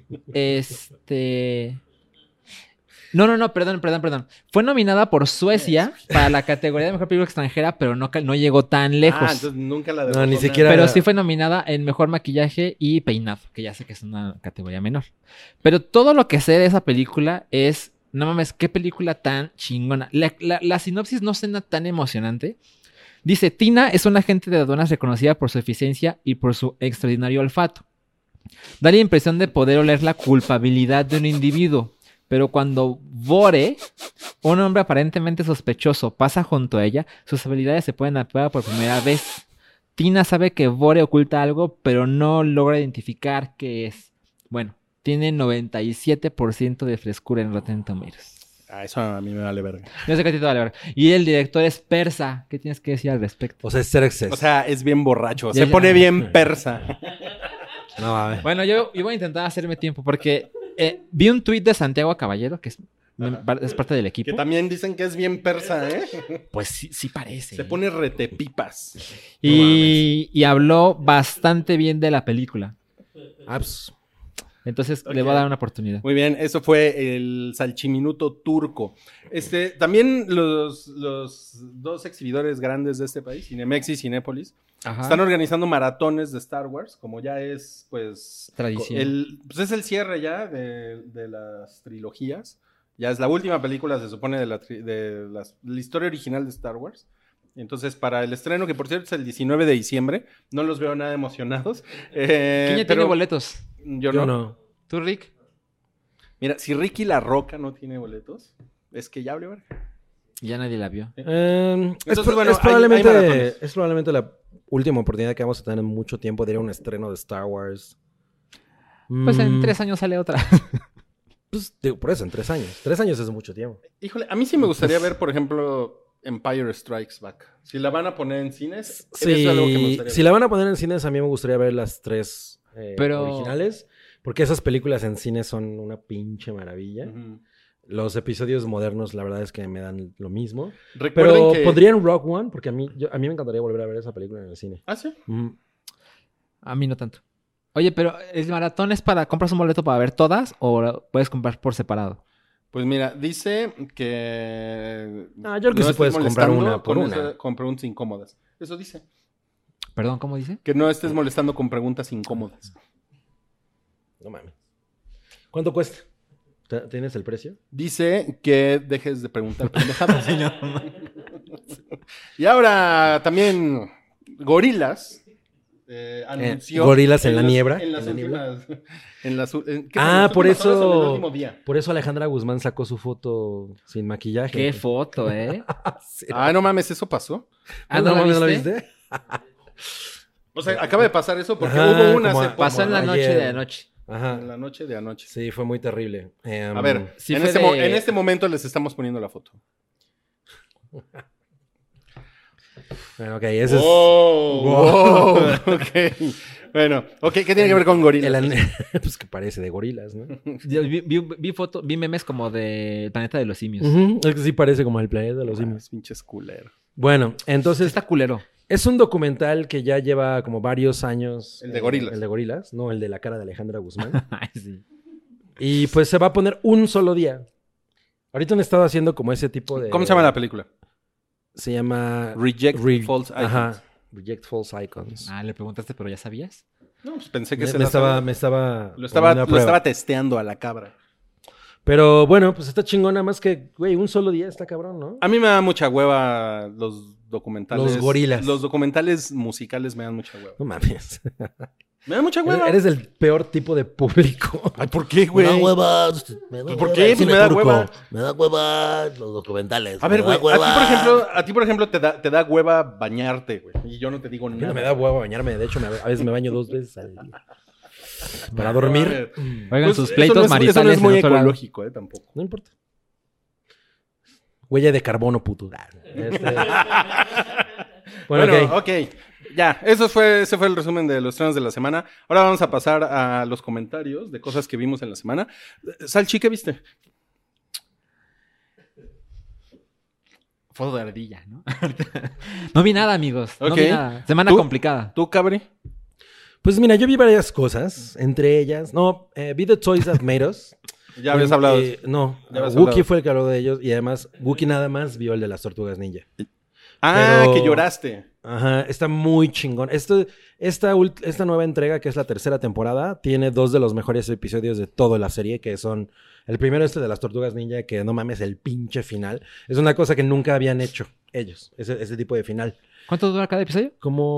este... No, no, no, perdón, perdón, perdón. Fue nominada por Suecia para la categoría de Mejor Película Extranjera, pero no, ca- no llegó tan lejos. Ah, entonces nunca la No, derrotó ni nadie. siquiera- Pero sí fue nominada en Mejor Maquillaje y Peinado, que ya sé que es una categoría menor. Pero todo lo que sé de esa película es, no mames, qué película tan chingona. La, la- la sinopsis no suena tan emocionante. Dice, Tina es una agente de aduanas reconocida por su eficiencia y por su extraordinario olfato. Da la impresión de poder oler la culpabilidad de un individuo. Pero cuando Bore, un hombre aparentemente sospechoso, pasa junto a ella, sus habilidades se pueden a prueba por primera vez. Tina sabe que Bore oculta algo, pero no logra identificar qué es. Bueno, tiene noventa y siete por ciento de frescura en Rotten Tomatoes. Ah, eso a mí me vale verga. No sé qué título vale ver. Y el director es persa. ¿Qué tienes que decir al respecto? O sea, es Xerxes. O sea, es bien borracho. Ya, Se ya. pone bien persa. no, a ver. Bueno, yo, yo voy a intentar hacerme tiempo porque eh, vi un tuit de Santiago Caballero, que es, es parte del equipo. Que también dicen que es bien persa, ¿eh? Pues sí, sí parece. Se pone retepipas. Y, y habló bastante bien de la película. Ah, pues, Entonces le Ok. voy a dar una oportunidad. Muy bien, eso fue el salchiminuto turco. Este, también los, los dos exhibidores grandes de este país, Cinemex y Cinépolis, Ajá. están organizando maratones de Star Wars, como ya es, pues... Tradición. El, pues es el cierre ya de, de las trilogías. Ya es la última película, se supone, de la, tri- de las- la historia original de Star Wars. Entonces, para el estreno, que por cierto es el diecinueve de diciembre, no los veo nada emocionados. Eh, ¿Quién ya pero tiene boletos? Yo, yo no. no. ¿Tú, Rick? Mira, si Ricky La Roca no tiene boletos, es que ya hablé, verga. Ya nadie la vio. Eh, es, Entonces, pro- bueno, es hay- probablemente, hay maratones. es probablemente la última oportunidad que vamos a tener en mucho tiempo de ir a un estreno de Star Wars. Pues en Mm, tres años sale otra. Pues, digo, por eso, en tres años. Tres años es mucho tiempo. Híjole, a mí sí me gustaría ver, por ejemplo, Empire Strikes Back. Si la van a poner en cines, Sí, es algo que me gustaría si ver. la van a poner en cines, a mí me gustaría ver las tres eh, Pero- originales. Porque esas películas en cine son una pinche maravilla. Ujú. Los episodios modernos, la verdad es que me dan lo mismo. Recuerden Pero que... pondrían Rock One, porque a mí, yo- a mí me encantaría volver a ver esa película en el cine. Ah, sí. Ujú. A mí no tanto. Oye, pero ¿el maratón es para... ¿Compras un boleto para ver todas o lo puedes comprar por separado? Pues mira, dice que... Ah, yo creo que sí estoy puedes comprar molestando una por con una. esa- con preguntas incómodas. Eso dice. Perdón, ¿cómo dice? Que no estés molestando con preguntas incómodas. No mames. ¿Cuánto cuesta? ¿Tienes el precio? Dice que dejes de preguntar pendejadas. Y ahora también Gorilas eh, anunció... Eh, Gorilas en la las- niebla. En las En la últimas... En las, u- en- ¿qué fue? Ah, ¿Las por últimas horas o en el eso... último día? Por eso Alejandra Guzmán sacó su foto sin maquillaje. Qué foto, ¿eh? Sí. Ah, no mames, ¿eso pasó? Ah, ¿no la mames, viste? O sea, acaba de pasar eso porque Ajá, hubo una... como hace a- Pasó en la Como noche ayer. de anoche. Ajá. En la noche de anoche. Sí, fue muy terrible. Em, A ver, Sí en, fue este de- mo- en este momento les estamos poniendo la foto. Bueno, ok, ese es... ¡Wow! wow, ok. Bueno, ok, ¿qué tiene que ver con el gorilas? an- Pues que parece de gorilas, ¿no? Yo vi, vi, vi foto, vi memes como de Planeta de los Simios. Ujú, es que sí parece como el planeta de los Ah, simios. pinches culeros. Bueno, entonces Está culero. es un documental que ya lleva como varios años. El de eh, gorilas. el de gorilas, no el de la cara de Alejandra Guzmán. Ay, sí. Y pues se va a poner un solo día. Ahorita han estado haciendo como ese tipo de... ¿Cómo se llama la película? Se llama... Reject Re- False Icons. Ajá. Reject False Icons. Ah, le preguntaste, pero ya sabías. No, pues pensé que me, se me la estaba, sabía. me estaba... Lo estaba, poniendo a lo prueba. estaba testeando a la cabra. Pero bueno, pues está chingona más que, güey, un solo día está cabrón, ¿no? A mí me da mucha hueva los documentales. Los gorilas. Los documentales musicales me dan mucha hueva. No mames. Me da mucha hueva. Eres el peor tipo de público. Ay, ¿por qué, güey? Me da hueva. Me da Pues, ¿por hueva qué? el Pues cine me da turco. hueva. Me da hueva los documentales. A ver, Me da güey, a ti, hueva. por ejemplo, a ti, por ejemplo, te da, te da hueva bañarte, güey. Y yo no te digo A mí nada. no me da huevo bañarme. De hecho, me- a veces me baño dos veces al día. Para dormir. Oigan, Pues, sus eso pleitos no es- maritales Eso no es en muy otro lado. ecológico, eh, tampoco. No importa. Huella de carbono, puto. Este- Bueno, Bueno, ok. ok. Ya, eso fue, ese fue el resumen de los estrenos de la semana. Ahora vamos a pasar a los comentarios de cosas que vimos en la semana. Salchi, ¿qué viste? Foto de ardilla, ¿no? No vi nada, amigos. No Ok. vi nada. Semana ¿Tú? complicada. ¿Tú, Cabri? Pues mira, yo vi varias cosas. Entre ellas, no, eh, vi The Toys That Made Us. Ya habías Eh, hablado. eh, no, Ya habías Wookie hablado. fue el que habló de ellos. Y además, Wookie nada más vio el de las Tortugas Ninja. Ah, pero- que lloraste. Ajá, está muy chingón. Esto, esta, ult- esta nueva entrega, que es la tercera temporada, tiene dos de los mejores episodios de toda la serie, que son... El primero este de las Tortugas Ninja, que no mames, el pinche final. Es una cosa que nunca habían hecho ellos, ese, ese tipo de final. ¿Cuánto dura cada episodio?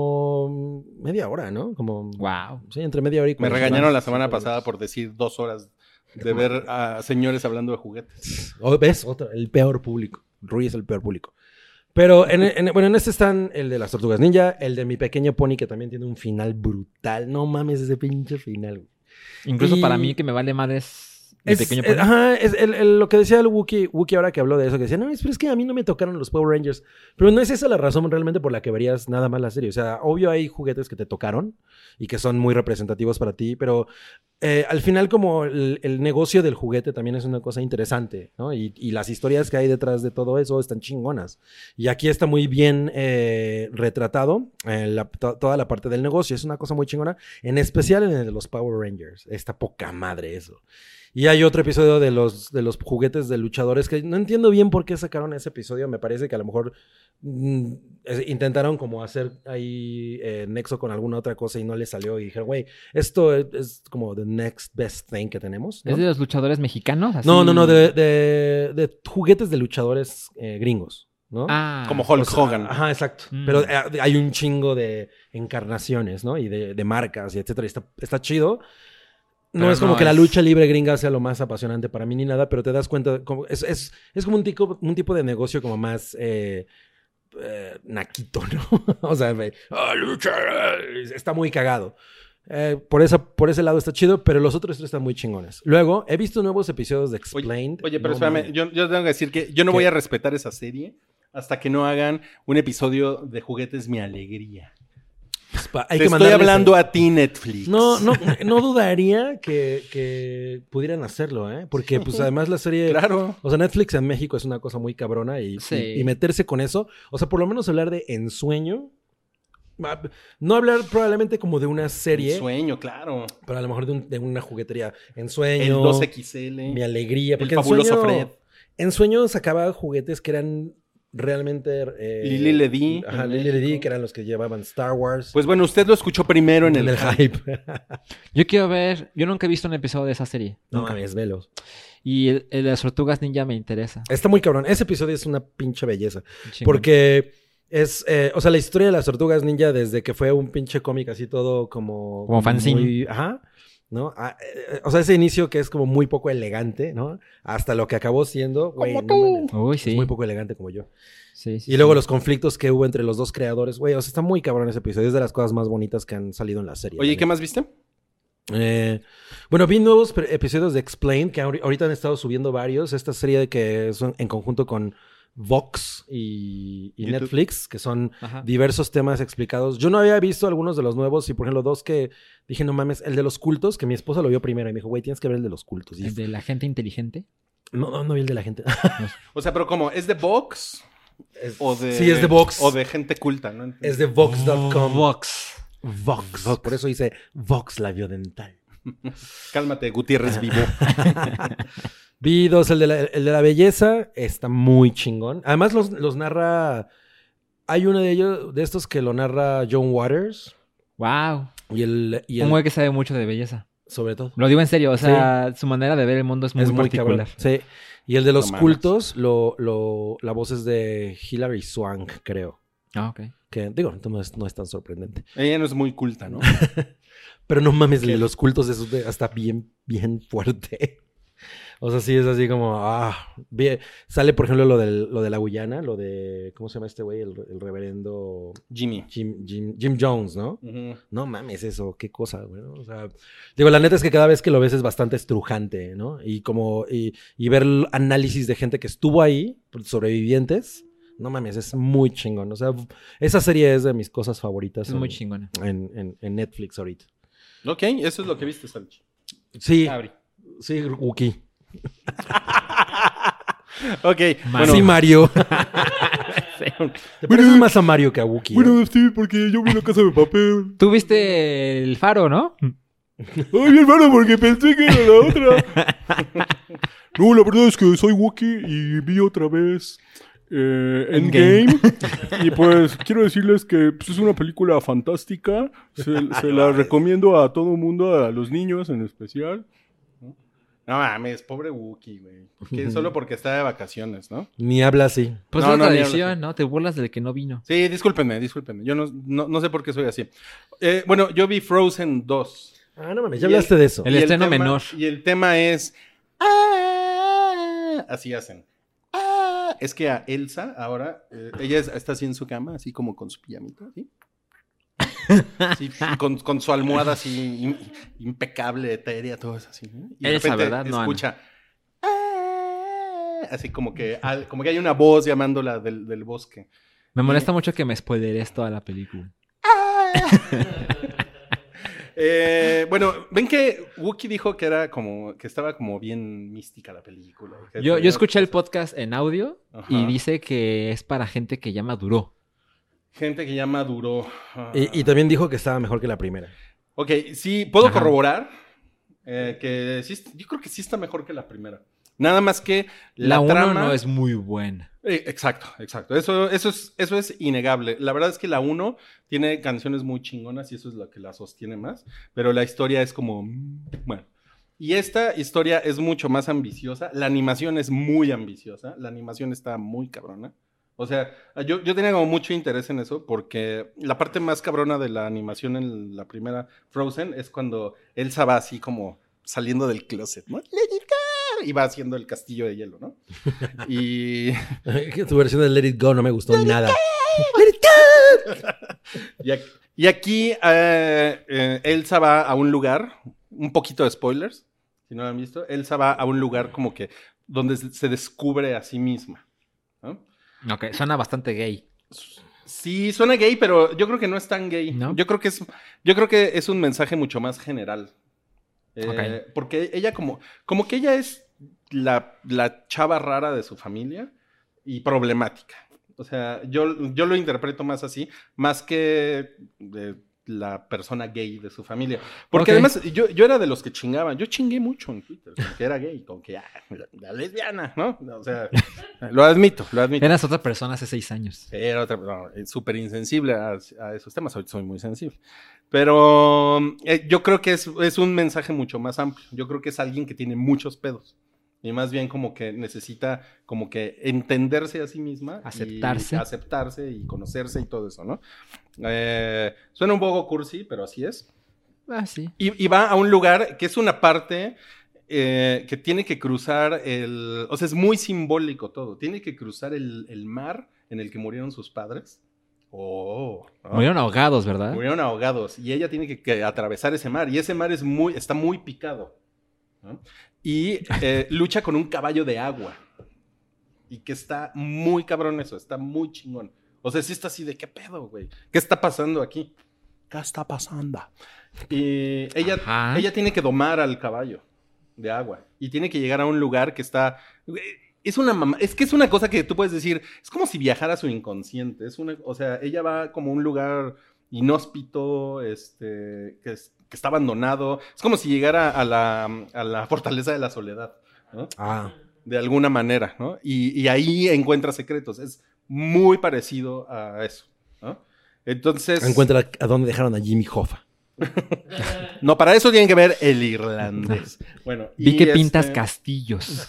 Como media hora, ¿no? Como... Wow. Sí, entre media hora y... Me cuarenta regañaron la minutos. semana pasada por decir dos horas de ver a señores hablando de juguetes. Oh, ¿ves? Otro, el peor público. Rui es el peor público. Pero, en, en- bueno, en este están el de las Tortugas Ninja, el de Mi Pequeño Pony, que también tiene un final brutal. No mames ese pinche final, güey. Incluso Y- para mí, que me vale madres mi Es, pequeño eh, pony. ajá, es el- el- lo que decía el Wookiee, Wookiee ahora que habló de eso, que decía, no, es, pero es que a mí no me tocaron los Power Rangers. Pero no es esa la razón realmente por la que verías nada más la serie. O sea, obvio hay juguetes que te tocaron y que son muy representativos para ti, pero eh, al final como el, el negocio del juguete también es una cosa interesante, ¿no? Y, y las historias que hay detrás de todo eso están chingonas. Y aquí está muy bien eh, retratado eh, la- to- toda la parte del negocio. Es una cosa muy chingona, en especial en el de los Power Rangers. Está poca madre eso. Y hay otro episodio de los, de los juguetes de luchadores que no entiendo bien por qué sacaron ese episodio. Me parece que a lo mejor mm, es- intentaron como hacer ahí eh, nexo con alguna otra cosa y no les salió. Y dijeron, güey, esto es, es como the next best thing que tenemos, ¿no? ¿Es de los luchadores mexicanos? Así- No, no, no, de, de- de juguetes de luchadores eh, gringos, ¿no? Ah. Como Hulk O sea, Hogan. Ajá, exacto. Mm. Pero eh, hay un chingo de encarnaciones, ¿no? Y de, de marcas y etcétera. Y está, está chido. No Pero es como no que la es- lucha libre gringa sea lo más apasionante para mí ni nada, pero te das cuenta, como, es, es, es como un tipo, un tipo de negocio como más eh, eh, naquito, ¿no? O sea, ve, "Ah, lucha", está muy cagado. Eh, por, esa, por ese lado está chido, pero los otros tres están muy chingones. Luego, he visto nuevos episodios de Oye, Explained. oye, pero No espérame, mames. yo, yo tengo que decir que yo no ¿Qué? voy a respetar esa serie hasta que no hagan un episodio de Juguetes Mi Alegría. Pa- hay Te que estoy mandarles hablando el- a ti, Netflix. No, no, no dudaría que, que pudieran hacerlo, ¿eh? Porque, pues, además la serie... Claro. O sea, Netflix en México es una cosa muy cabrona y, Sí. y, y meterse con eso, o sea, por lo menos hablar de ensueño, ah, no hablar probablemente como de una serie, Un sueño, claro. pero a lo mejor de, un- de una juguetería. El Ensueño, dos equis ele. mi alegría, El porque fabuloso Ensueño, Fred. Ensueño sacaba juguetes que eran realmente... Eh, Lily Ledy. Ajá, en Lily Ledy, México. que eran los que llevaban Star Wars. Pues bueno, usted lo escuchó primero en, en el, el hype. Yo quiero ver... Yo nunca he visto un episodio de esa serie. No Nunca. mames, velos. Y el, el de las tortugas ninja me interesa. Está muy cabrón. Ese episodio es una pinche belleza. Chingón. Porque es... eh, o sea, la historia de las tortugas ninja desde que fue un pinche cómic así todo como... Como fanzine. muy- Ajá. ¿No? Ah, eh, o sea, ese inicio que es como muy poco elegante, ¿no? Hasta lo que acabó siendo... Güey, no mames. Uy, Es sí. muy poco elegante como yo. Sí, sí, Y luego sí. los conflictos que hubo entre los dos creadores. Güey, o sea, está muy cabrón ese episodio. Es de las cosas más bonitas que han salido en la serie. Oye, ¿y la qué neta. más viste? Eh, bueno, vi nuevos pre- episodios de Explained, que ahori- ahorita han estado subiendo varios. Esta serie de que son en conjunto con Vox y, y YouTube. Netflix, que son Ajá. diversos temas explicados. Yo no había visto algunos de los nuevos y, por ejemplo, dos que dije, no mames, el de los cultos, que mi esposa lo vio primero y me dijo, güey, tienes que ver el de los cultos. Y El de la gente inteligente. no, no, no vi el de la gente. O sea, pero ¿cómo? ¿Es de Vox? Es- O de... Sí, es de Vox. O de gente culta, ¿no? Es de Vox punto com. Vox. Vox. Por eso dice Vox labiodental. Cálmate, Gutiérrez vivo. Vi dos, el de, la, el de la belleza está muy chingón. Además los, los narra... Hay uno de ellos, de estos que lo narra John Waters. Wow. Y el... Y el Un güey que sabe mucho de belleza. sobre todo. Lo digo en serio. O sea, su manera de ver el mundo es muy es muy particular. cabrón. Sí. Y el de los No mames. cultos, lo, lo, la voz es de Hilary Swank, creo. Ah, ok. Que, digo, no es, no es tan sorprendente. Ella no es muy culta, ¿no? Pero no mames, el de los cultos es de- hasta bien, bien fuerte. O sea, sí es así como, ah, bien. Sale, por ejemplo, lo, del, lo de la Guyana, lo de, ¿cómo se llama este güey? El, el reverendo Jimmy. Jim, Jim, Jim Jones, ¿no? Ujú. No mames eso, qué cosa, güey, ¿no? O sea, digo, la neta es que cada vez que lo ves es bastante estrujante, ¿no? Y como, y, y ver el análisis de gente que estuvo ahí, sobrevivientes, no mames, es muy chingón. O sea, esa serie es de mis cosas favoritas. Es en, muy chingona. En, en, en Netflix ahorita. Ok, eso es lo que viste, Salchi. Sí, Abri. sí, Wookie. Ok, Bueno. Sí, Mario. Te pareces más a Mario que a Wookie. ¿eh? sí, porque yo vi la casa de papel. Tú viste el faro, ¿no? Ay, mi hermano, porque pensé que era la otra. No, la verdad es que soy Wookiee y vi otra vez eh, Endgame. Y pues quiero decirles que pues, es una película fantástica. Se, se la recomiendo a todo mundo, a los niños en especial. No mames, pobre Wookiee, güey. Que solo porque está de vacaciones, ¿no? Ni habla así. Pues No, es no, la ni tradición, hablas. ¿no? Te burlas del que no vino. Sí, discúlpenme, discúlpenme. Yo no, no, no sé por qué soy así. Eh, bueno, yo vi Frozen dos. Ah, no mames, ya Y el- hablaste de eso. El Y estreno tema- menor. Y el tema es... "Ah", así hacen. "Ah". Es que a Elsa ahora, eh, ella es- está así en su cama, así como con su pijamita, ¿sí? Sí, y con, con su almohada así im- impecable, etérea, todo eso así. ¿no? Y de Elsa, repente ¿verdad? No, escucha... "Ah", así como que, al- como que hay una voz llamándola del, del bosque. Me molesta mucho que me spoileres toda la película. Eh, bueno, ven que Wookiee dijo que era como que estaba como bien mística la película. que Yo, traía yo escuché el cosas. podcast en audio Ajá. y dice que es para gente que ya maduró. Gente que ya maduró. Ah. Y, y también dijo que estaba mejor que la primera. Ok, sí, puedo Ajá. corroborar eh, que sí, est- yo creo que sí está mejor que la primera. Nada más que La la, uno trama... no es muy buena. Eh, exacto, exacto. Eso, eso, es, eso es innegable. La verdad es que la uno tiene canciones muy chingonas y eso es lo que la sostiene más. Pero la historia es como... mm, bueno. Y esta historia es mucho más ambiciosa. La animación es muy ambiciosa. La animación está muy cabrona. O sea, yo, yo tenía como mucho interés en eso porque la parte más cabrona de la animación en la primera Frozen es cuando Elsa va así como saliendo del closet, ¿no? Let it go, y va haciendo el castillo de hielo, ¿no? Y... Tu versión de Let It Go no me gustó nada. Y aquí, y aquí, eh, eh, Elsa va a un lugar, un poquito de spoilers, si no lo han visto, Elsa va a un lugar como que donde se se descubre a sí misma, ¿no? Ok, suena bastante gay. Sí, suena gay, pero yo creo que no es tan gay. ¿No? Yo creo que es, yo creo que es un mensaje mucho más general. Eh, Ok. Porque ella como, como que ella es la, la chava rara de su familia y problemática. O sea, yo, yo lo interpreto más así, más que de la persona gay de su familia. Porque Ok. además yo, yo era de los que chingaban. Yo chingué mucho en Twitter, con que era gay, con que, ah, la lesbiana, ¿no? O sea, Lo admito, lo admito. Eras otra persona hace seis años. Era otra, no, súper insensible a, a esos temas. Ahorita soy muy sensible. Pero eh, yo creo que es, es un mensaje mucho más amplio. Yo creo que es alguien que tiene muchos pedos. Y más bien como que necesita como que entenderse a sí misma. Aceptarse. Y aceptarse y conocerse y todo eso, ¿no? Eh, suena un poco cursi, pero así es. Ah, sí. Y, y va a un lugar que es una parte eh, que tiene que cruzar el... O sea, es muy simbólico todo. Tiene que cruzar el, el mar en el que murieron sus padres. Oh, ¿no? Murieron ahogados, ¿verdad? Murieron ahogados. Y ella tiene que, que atravesar ese mar. Y ese mar es muy, está muy picado, ¿no? Y eh, lucha con un caballo de agua. Y que está muy cabrón eso. Está muy chingón. O sea, sí está así de, ¿qué pedo, güey? ¿Qué está pasando aquí? ¿Qué está pasando? Y ella, ella tiene que domar al caballo de agua. Y tiene que llegar a un lugar que está... Es una mamá, es que es una cosa que tú puedes decir, es como si viajara a su inconsciente. Es una, o sea, ella va como a un lugar inhóspito, este, que, es, que está abandonado. Es como si llegara a la, a la fortaleza de la soledad, ¿no? Ah. De alguna manera, ¿no? Y, y ahí encuentra secretos. Es muy parecido a eso, ¿no? Entonces... Encuentra a dónde dejaron a Jimmy Hoffa. No, para eso tienen que ver El Irlandés. Bueno, Vi y que este... pintas castillos.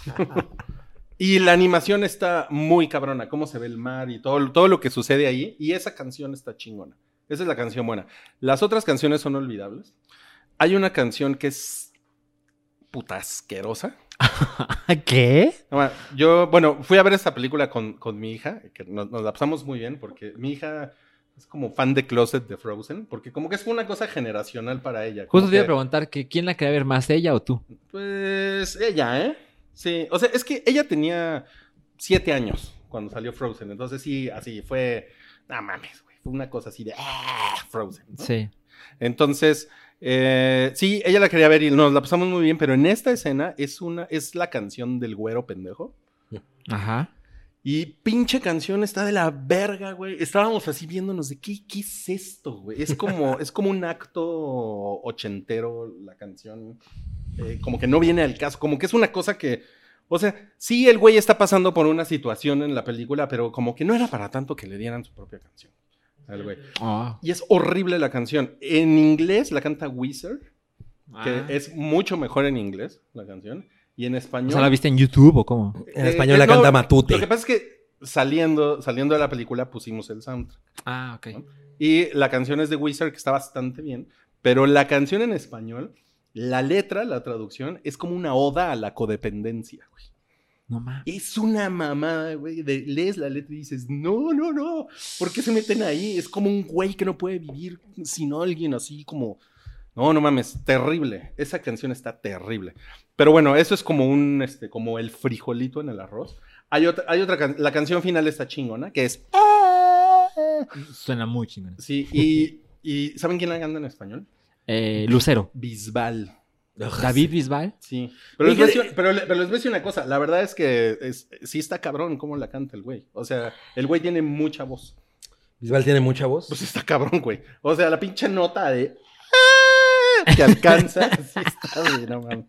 Y la animación está muy cabrona, cómo se ve el mar y todo, todo lo que sucede ahí. Y esa canción está chingona. Esa es la canción buena. Las otras canciones son olvidables. Hay una canción que es puta asquerosa. ¿Qué? No, yo, bueno, fui a ver esta película con, con mi hija, que nos, nos la pasamos muy bien porque mi hija es como fan de Closet de Frozen, porque como que es una cosa generacional para ella. Justo te que, iba a preguntar que quién la quería ver más, ella o tú. Pues ella, ¿eh? Sí, o sea, es que ella tenía siete años cuando salió Frozen, entonces sí, así fue, no mames, güey, fue una cosa así de, ¡ah! Frozen, ¿no? Sí. Entonces, eh, sí, ella la quería ver y nos la pasamos muy bien, pero en esta escena es una, es la canción del güero pendejo. Ajá. Y pinche canción está de la verga, güey. Estábamos así viéndonos de qué, qué es esto, güey. Es como, es como un acto ochentero la canción. Eh, como que no viene al caso. Como que es una cosa que... O sea, sí, el güey está pasando por una situación en la película, pero como que no era para tanto que le dieran su propia canción al güey. Oh. Y es horrible la canción. En inglés la canta Weezer, que Ah. es mucho mejor en inglés la canción. Y en español... O sea, ¿la viste en YouTube o cómo? En Eh, español eh, la no, canta Matute. Lo que pasa es que saliendo, saliendo de la película pusimos el soundtrack. Ah, ok. ¿no? Y la canción es de Weezer, que está bastante bien. Pero la canción en español, la letra, la traducción, es como una oda a la codependencia, güey. No mames. Es una mamada, güey. de- Lees la letra y dices, no, no, no. ¿Por qué se meten ahí? Es como un güey que no puede vivir sin alguien así como... No, no mames, terrible. Esa canción está terrible. Pero bueno, eso es como un, este, como el frijolito en el arroz. Hay otra, hay otra can- la canción final está chingona, que es... Suena muy chingón. Sí, y, y ¿saben quién la canta en español? Eh, Lucero. Bisbal. David Bisbal. Sí. Pero les, Oye, voy a decir, pero, le- pero les voy a decir una cosa. La verdad es que es, sí está cabrón cómo la canta el güey. O sea, el güey tiene mucha voz. Bisbal tiene mucha voz. Pues está cabrón, güey. O sea, la pinche nota de... que alcanza. Sí está, güey, no mames.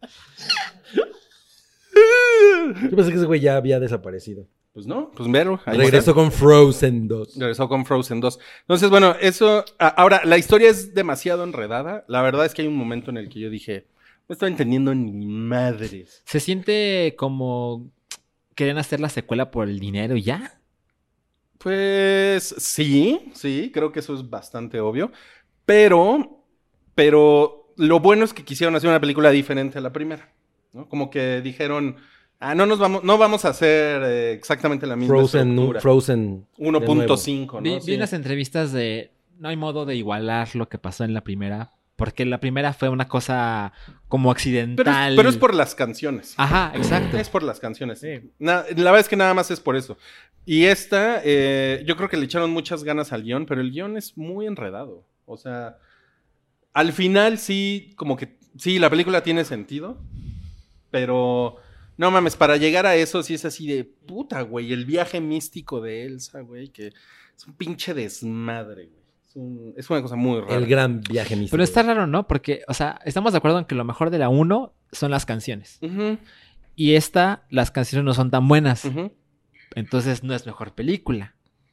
Yo pensé que ese güey ya había desaparecido. Pues no, pues mero. ahí Regresó está. con Frozen dos. Regresó con Frozen dos. Entonces, bueno, eso... a- Ahora, la historia es demasiado enredada. La verdad es que hay un momento en el que yo dije... No estoy entendiendo ni madres. Se siente como... ¿Querían hacer la secuela por el dinero y ya? Pues sí, sí, creo que eso es bastante obvio. Pero, pero lo bueno es que quisieron hacer una película diferente a la primera, ¿no? Como que dijeron, ah, no nos vamos, no vamos a hacer eh, exactamente la misma Frozen, estructura. Frozen. uno de punto nuevo. cinco, ¿no? Vi, Sí. vi unas entrevistas de... No hay modo de igualar lo que pasó en la primera. Porque la primera fue una cosa como Pero accidental. es, pero es por las canciones. Ajá, exacto. Es por las canciones. Sí. Na- la verdad es que nada más es por eso. Y esta, eh, yo creo que le echaron muchas ganas al guión, pero el guión es muy enredado. O sea, al final sí, como que, sí, la película tiene sentido, pero no mames, para llegar a eso sí es así de puta, güey. El viaje místico de Elsa, güey, que es un pinche desmadre, güey. Es, un- es una cosa muy rara. El gran viaje místico. Pero está raro, ¿no? Porque, o sea, estamos de acuerdo en que lo mejor de la uno son las canciones. Ujú, Y esta, las canciones no son tan buenas. ujú. Entonces no es mejor película.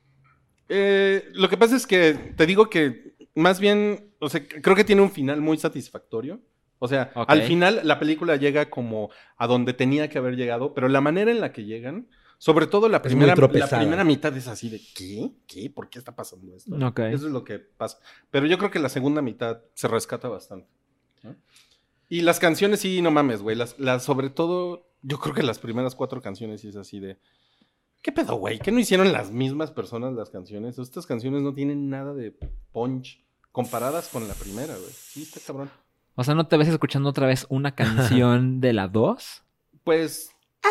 Eh, lo que pasa es que te digo que más bien, o sea, creo que tiene un final muy satisfactorio. O sea, Ok. al final la película llega como a donde tenía que haber llegado, pero la manera en la que llegan, sobre todo la Es muy primera, la tropezada. primera mitad es así de ¿qué? ¿Qué? ¿Por qué está pasando esto? Ok. Eso es lo que pasa. Pero yo creo que la segunda mitad se rescata bastante, ¿no? Y las canciones sí, no mames, güey. Las, las, sobre todo, yo creo que las primeras cuatro canciones sí es así de ¿qué pedo, güey? ¿Qué no hicieron las mismas personas las canciones? Estas canciones no tienen nada de punch comparadas con la primera, güey. Sí, está cabrón. O sea, ¿no te ves escuchando otra vez una canción de la dos? Pues.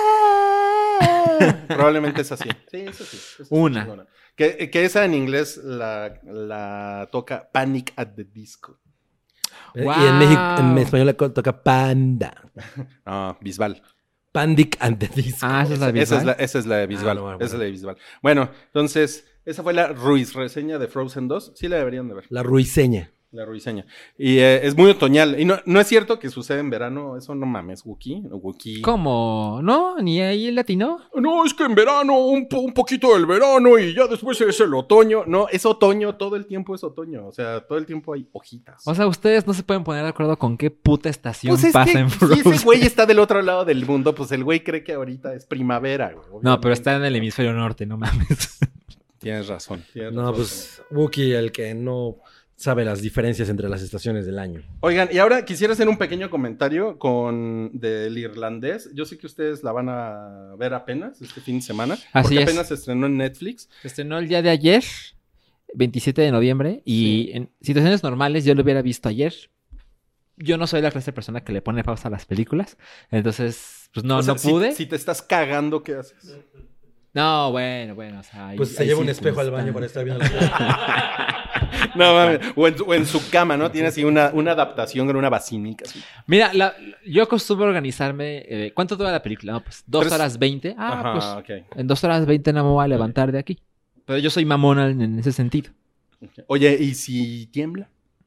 Probablemente es así. Sí, eso sí. Eso sí, Una. chingona. Que, que esa en inglés la, la toca Panic at the Disco. Eh, Wow. Y en México, en español le co- toca Panda. Ah, Bisbal. Pandic and the Disco. Ah, esa es la Esa es visual. la, esa es la de Bisbal. Ah, no, bueno, Esa es bueno. la de Bisbal. Bueno, entonces, esa fue la Ruiz reseña de Frozen dos. Sí la deberían de ver. La ruiseña. La ruiseña. Y eh, es muy otoñal. Y no, no es cierto que sucede en verano. Eso no mames, Wookie. Wookie. ¿Cómo? ¿No? ¿Ni ahí el latino? No, es que en verano, un, po- un poquito del verano y ya después es el otoño. No, es otoño, todo el tiempo es otoño. O sea, todo el tiempo hay hojitas. O sea, ustedes no se pueden poner de acuerdo con qué puta estación pues es pasa que en si Frozen. ese güey está del otro lado del mundo, pues el güey cree que ahorita es primavera, güey. No, obviamente. pero está en el hemisferio norte, no mames. Tienes razón. tienes No, razón. pues Wookie, el que no sabe las diferencias entre las estaciones del año. Oigan, y ahora quisiera hacer un pequeño comentario con del irlandés. Yo sé que ustedes la van a ver apenas este fin de semana. Así porque es. apenas se estrenó en Netflix. Se estrenó el día de ayer, veintisiete de noviembre, y en situaciones normales yo lo hubiera visto ayer. Yo no soy la clase de persona que le pone pausa a las películas, entonces, pues no, O sea, no si- pude. Si, te estás cagando, ¿qué haces? No, bueno, bueno, o sea... ahí- Pues se ahí lleva un sí, espejo pues, al baño está- para estar viendo la película. No mames. O en, o en su cama, ¿no? Tiene así una, una adaptación con una basílica. Así. Mira, la- yo acostumbro organizarme... eh, ¿Cuánto dura la película? No, pues dos Tres- horas veinte. Ah, Ajá, pues ok. en dos horas veinte no me voy a levantar de aquí. Pero yo soy mamona en, en ese sentido. Oye, ¿y si tiembla?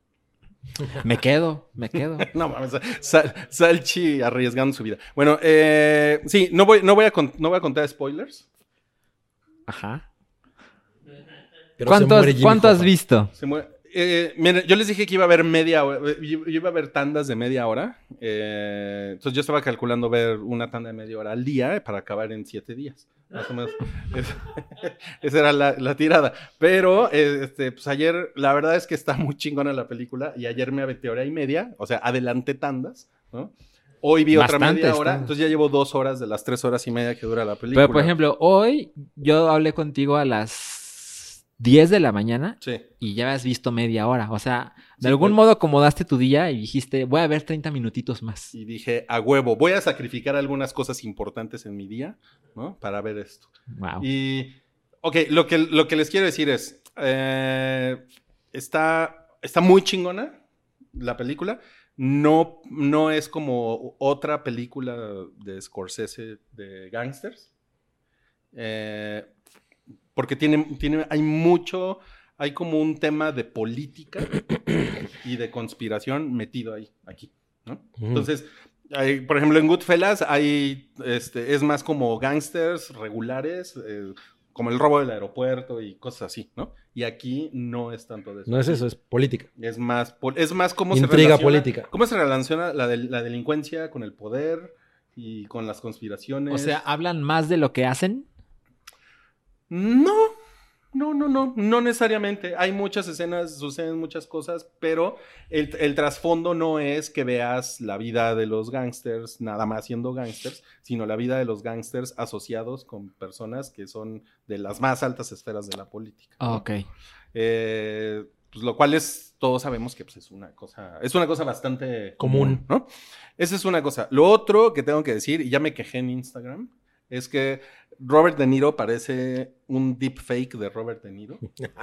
Me quedo, me quedo. No mames, Sal- Salchi arriesgando su vida. Bueno, eh, sí, no voy, no, voy a con- no voy a contar spoilers. Ajá. Pero se ¿Cuánto, muere has, Jimmy ¿cuánto has Hoffa. visto? Se muere. Eh, miren, yo les dije que iba a haber media hora, eh, yo iba a haber tandas de media hora. eh, entonces yo estaba calculando ver una tanda de media hora al día para acabar en siete días. Más o menos. Es- esa era la, la tirada. Pero, eh, este, pues ayer, la verdad es que está muy chingona la película. Y ayer me aventé hora y media. O sea, adelanté tandas, ¿no? Hoy vi otra Bastante media hora. está. Entonces ya llevo dos horas de las tres horas y media que dura la película. Pero, por ejemplo, hoy yo hablé contigo a las diez de la mañana Sí. y ya has visto media hora. O sea, de Sí, algún pues. modo acomodaste tu día y dijiste, voy a ver treinta minutitos más. Y dije, a huevo, voy a sacrificar algunas cosas importantes en mi día, ¿no? Para ver esto. Wow. Y, ok, lo que, lo que les quiero decir es, eh, está, está muy chingona la película. No, no es como otra película de Scorsese de gangsters. Eh, porque tiene, tiene, hay mucho, hay como un tema de política y de conspiración metido ahí, aquí, ¿no? Ujú. Entonces, hay, por ejemplo, en Goodfellas hay, este, es más como gangsters regulares, eh, como el robo del aeropuerto y cosas así, ¿no? Y aquí no es tanto de eso. No es eso, es política. Es más, pol- es más cómo se Intriga relaciona, política. cómo se relaciona la, del- la delincuencia con el poder y con las conspiraciones. O sea, ¿hablan más de lo que hacen? No, no, no, no, no necesariamente. Hay muchas escenas, suceden muchas cosas, pero el, el trasfondo no es que veas la vida de los gángsters nada más siendo gángsters, sino la vida de los gángsters asociados con personas que son de las más altas esferas de la política, ¿no? Ok. Eh, pues lo cual es, todos sabemos que pues, es una cosa, es una cosa bastante Común. ¿no? Esa es una cosa. Lo otro que tengo que decir, y ya me quejé en Instagram, es que Robert De Niro parece un deepfake de Robert De Niro.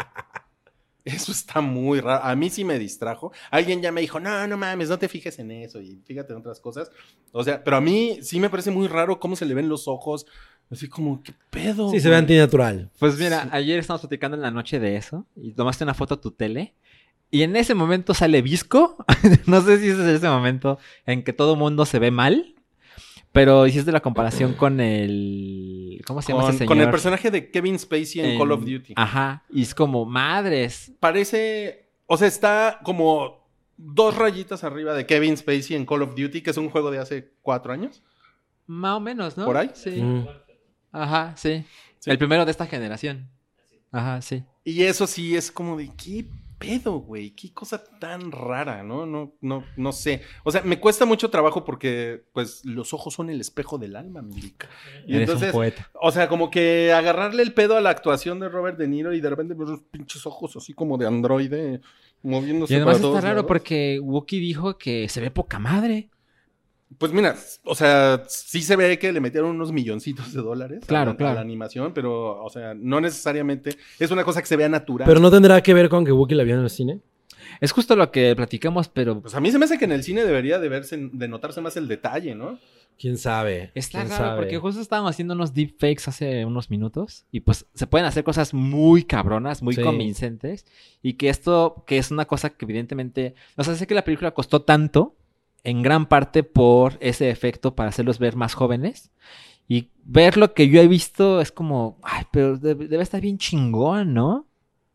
Eso está muy raro. A mí sí me distrajo. Alguien ya me dijo, no, no mames, no te fijes en eso y fíjate en otras cosas. O sea, pero a mí sí me parece muy raro cómo se le ven los ojos. Así como, ¿qué pedo? Sí, se ve güey? antinatural. Pues mira, ayer estábamos platicando en la noche de eso y tomaste una foto a tu tele y en ese momento sale Visco. No sé si ese es ese momento en que todo mundo se ve mal, pero hiciste la comparación con el el... ¿Cómo se llama Con, ese señor? con el personaje de Kevin Spacey en, En- Call of Duty. Ajá. Y es como, madres. Parece, o sea, está como dos rayitas arriba de Kevin Spacey en Call of Duty, que es un juego de hace cuatro años. Más o menos, ¿no? ¿Por ahí? Sí. Mm. Ajá, sí. Sí. El primero de esta generación. Ajá, sí. Y eso sí es como de, ¿qué pedo, güey? Qué cosa tan rara, ¿no? No, no, no sé. O sea, me cuesta mucho trabajo porque, pues, los ojos son el espejo del alma, Milica. Y Eres entonces, un poeta. o sea, como que agarrarle el pedo a la actuación de Robert De Niro y de repente ver unos pinches ojos así como de androide moviéndose Y además para está todos raro lados. porque Wookiee dijo que se ve poca madre. Pues mira, o sea, sí se ve que le metieron unos milloncitos de dólares Claro, a, la, claro. a la animación, pero, o sea, no necesariamente es una cosa que se vea natural. Pero no tendrá que ver con que Wookiee la vio en el cine. Es justo lo que platicamos, pero Pues a mí se me hace que en el cine debería de verse, de notarse más el detalle, ¿no? ¿Quién sabe? está ¿Quién raro sabe? porque justo estábamos haciendo unos deepfakes hace unos minutos y pues se pueden hacer cosas muy cabronas, muy Sí. convincentes y que esto, que es una cosa que evidentemente, o sea, sé que la película costó tanto en gran parte por ese efecto para hacerlos ver más jóvenes y ver lo que yo he visto es como, ay, pero debe, debe estar bien chingón, ¿no?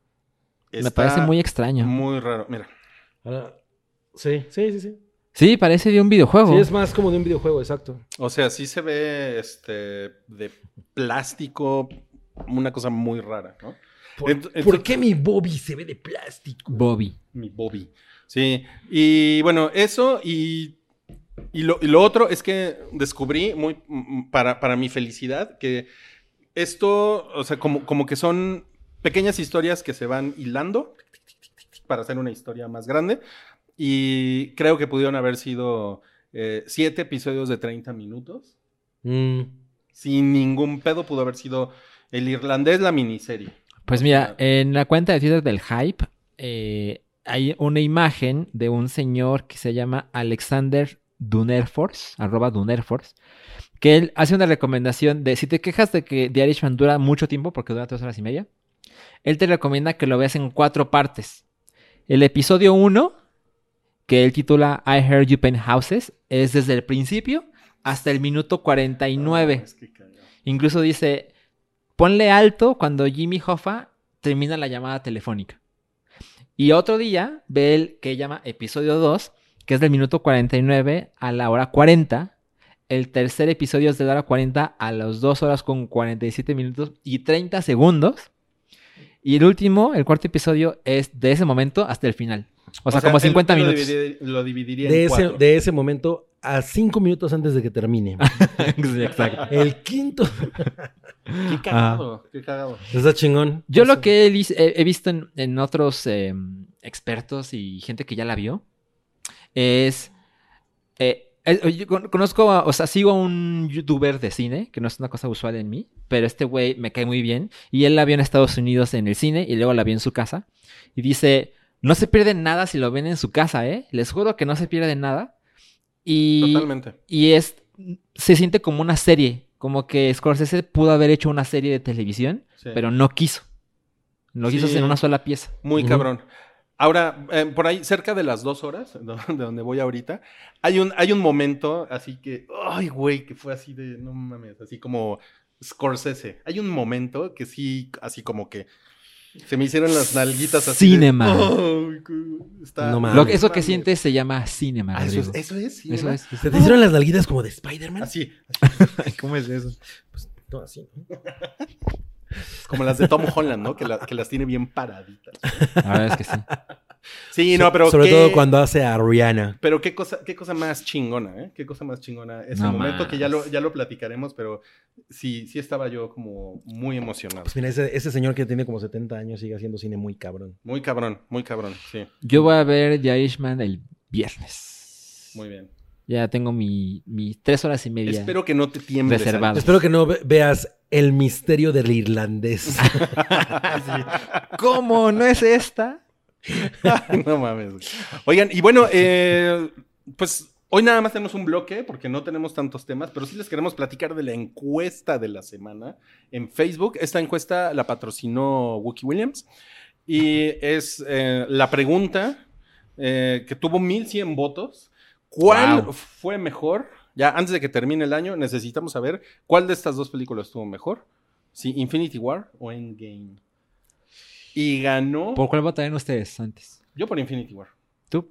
Me Está parece muy extraño. Muy raro. Mira, Ahora- sí, sí, sí, sí. Sí, parece de un videojuego. Sí, es más como de un videojuego, exacto. o sea, sí se ve este de plástico, una cosa muy rara, ¿no? ¿Por, Ent- ent- ¿por qué mi Bobby se ve de plástico? Bobby. Mi Bobby. Sí. Y bueno, eso y, y, lo, y lo otro es que descubrí muy mm, para, para mi felicidad que esto, o sea, como, como que son pequeñas historias que se van hilando para hacer una historia más grande. Y creo que pudieron haber sido eh, siete episodios de treinta minutos. Mm. Sin ningún pedo pudo haber sido El Irlandés, la miniserie. Pues mira, en la cuenta de Twitter del Hype eh, hay una imagen de un señor que se llama Alexander Dunerforce, arroba Dunerforce, que él hace una recomendación de, si te quejas de que The Irishman dura mucho tiempo, porque dura tres horas y media, él te recomienda que lo veas en cuatro partes. El episodio uno, que él titula I Heard You Paint Houses, es desde el principio hasta el minuto cuarenta y nueve. Ah, es que cagado. Incluso dice, ponle alto cuando Jimmy Hoffa termina la llamada telefónica. Y otro día ve el que llama episodio dos, que es del minuto cuarenta y nueve a la hora cuarenta. El tercer episodio es de la hora cuarenta a las dos horas con cuarenta y siete minutos y treinta segundos. Y el último, el cuarto episodio, es de ese momento hasta el final. O sea, como él- cincuenta él lo minutos. dividir- Lo dividiría De en ese, cuatro. de ese momento a cinco minutos antes de que termine. Sí, exacto. El quinto. Qué cagado, qué cagado. Está chingón. Yo lo que he, lis- he- he visto en, en otros eh, expertos y gente que ya la vio es... eh, eh, yo con- conozco, a- o sea, sigo a un youtuber de cine, que no es una cosa usual en mí, pero este güey me cae muy bien. Y él la vio en Estados Unidos en el cine y luego la vio en su casa. Y dice, no se pierden nada si lo ven en su casa, ¿eh? Les juro que no se pierde nada. Y, Totalmente. y es, se siente como una serie, como que Scorsese pudo haber hecho una serie de televisión, Sí. pero no quiso. Lo quiso Sí. hacer en una sola pieza. Muy Ujú. cabrón. Ahora, eh, por ahí, cerca de las dos horas, de de donde voy ahorita, hay un, hay un momento así que, ay, güey, que fue así de, no mames, así como Scorsese. Hay un momento que sí, así como que se me hicieron las nalguitas así. de, Cinema. "Ay, que está- No mames. Lo que- eso que mames". sientes se llama cinema, Ah, eso es, Rodrigo. eso es, sí, Eso ¿verdad? es. ¿Se te hicieron las nalguitas como de Spider-Man? Así, ¿Cómo es eso? Pues, no, así, ¿no? como las de Tom Holland, ¿no? Que, la- que las tiene bien paraditas. La verdad es que sí. Sí, no, pero Sobre qué- todo cuando hace a Rihanna. Pero qué cosa, qué cosa más chingona, ¿eh? Qué cosa más chingona. Ese No momento más. que ya lo, ya lo platicaremos, pero sí, sí estaba yo como muy emocionado. Pues mira, ese, ese señor que tiene como setenta años sigue haciendo cine muy cabrón. Muy cabrón, muy cabrón, sí. Yo voy a ver The Irishman el viernes. Muy bien. Ya tengo mi, mis tres horas y media. Espero que no te tiembles. Reservado. Alex. Espero que no ve- veas El misterio del irlandés. ¿Cómo? ¿No es esta? No mames. güey. Oigan, y bueno, eh, pues hoy nada más tenemos un bloque porque no tenemos tantos temas, pero sí les queremos platicar de la encuesta de la semana en Facebook. Esta encuesta la patrocinó Wookie Williams y es eh, la pregunta eh, que tuvo mil cien votos. ¿Cuál Wow. fue mejor Ya antes de que termine el año, necesitamos saber cuál de estas dos películas estuvo mejor. Si Infinity War o Endgame. Y ganó... ¿Por cuál votarían ustedes antes? Yo por Infinity War. ¿Tú?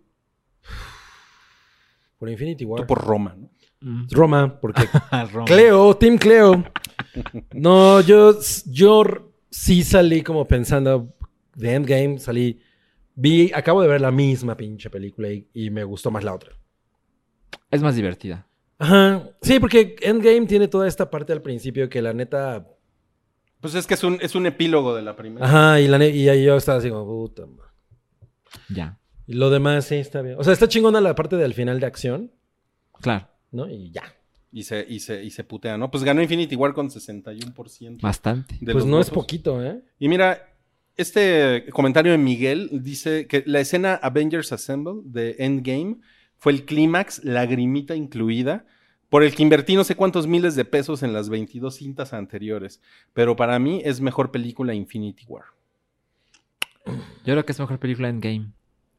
Por Infinity War. Tú por Roma, ¿no? Mm. Roma, porque Roma. Cleo, Team Cleo. No, yo, yo sí salí como pensando de Endgame, salí, vi, acabo de ver la misma pinche película y, y me gustó más la otra. Es más divertida. Ajá, sí, porque Endgame tiene toda esta parte al principio que la neta... Pues es que es un, es un epílogo de la primera. Ajá, y, la ne- y ahí yo estaba así como, puta madre. Ya. Y lo demás sí está bien. O sea, está chingona la parte del final de acción, Claro. ¿no? Y ya. Y se, y, se, y se putea, ¿no? Pues ganó Infinity War con sesenta y uno por ciento. Bastante. de Pues los no es votos. poquito, ¿eh? Y mira, este comentario de Miguel dice que la escena Avengers Assemble de Endgame fue el clímax, lagrimita incluida, por el que invertí no sé cuántos miles de pesos en las veintidós cintas anteriores. Pero para mí es mejor película Infinity War. Yo creo que es mejor película Endgame.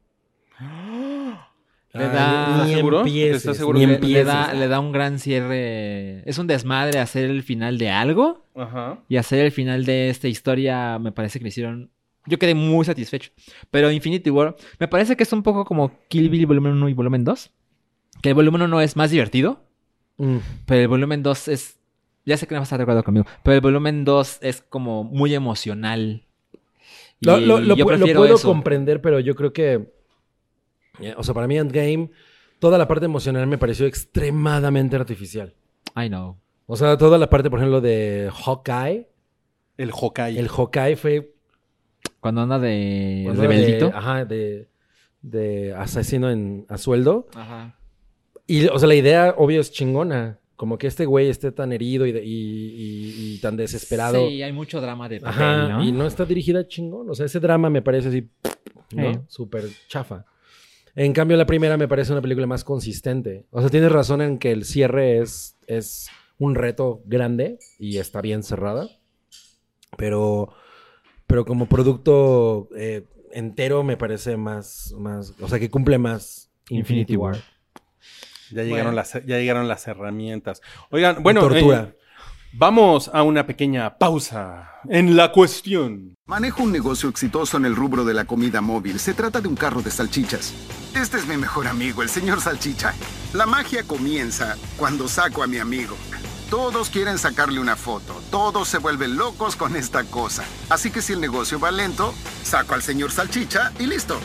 Le Ay, da- ni ¿Estás seguro? empieces, ¿Estás seguro ni que- Le, empieces. le da, le da un gran cierre. Es un desmadre hacer el final de algo. Ajá. Y hacer el final de esta historia me parece que lo hicieron... Yo quedé muy satisfecho. Pero Infinity War me parece que es un poco como Kill Bill volumen uno y volumen dos. Que el volumen uno es más divertido. Mm. Pero el volumen dos es... Ya sé que no vas a estar de acuerdo conmigo. Pero el volumen dos es como muy emocional. Y Lo, lo- lo yo pu- lo prefiero puedo eso. comprender, pero yo creo que... eh, O sea, para mí Endgame, toda la parte emocional me pareció extremadamente artificial. I know. O sea, toda la parte, por ejemplo, de Hawkeye. El Hawkeye. El Hawkeye fue... Cuando anda de cuando rebeldito. de- ajá, de, de asesino en, a sueldo. Ajá. Y, o sea, la idea, obvio, es chingona. Como que este güey esté tan herido y, de- y- y- y tan desesperado. Sí, hay mucho drama de papel, Ajá, ¿no? y no está dirigida chingón. O sea, ese drama me parece así, ¿no? Eh. Súper chafa. En cambio, la primera me parece una película más consistente. O sea, tienes razón en que el cierre es, es un reto grande y está bien cerrada. Pero, pero como producto eh, entero me parece más, más... O sea, que cumple más Infinity, Infinity War. War. Ya llegaron, Bueno. las, ya llegaron las herramientas. Oigan, bueno, Tortura. eh, vamos a una pequeña pausa en la cuestión. Manejo un negocio exitoso en el rubro de la comida móvil. Se trata de un carro de salchichas. Este es mi mejor amigo, el señor Salchicha. La magia comienza cuando saco a mi amigo. Todos quieren sacarle una foto. Todos se vuelven locos con esta cosa. Así que si el negocio va lento, saco al señor Salchicha y listo.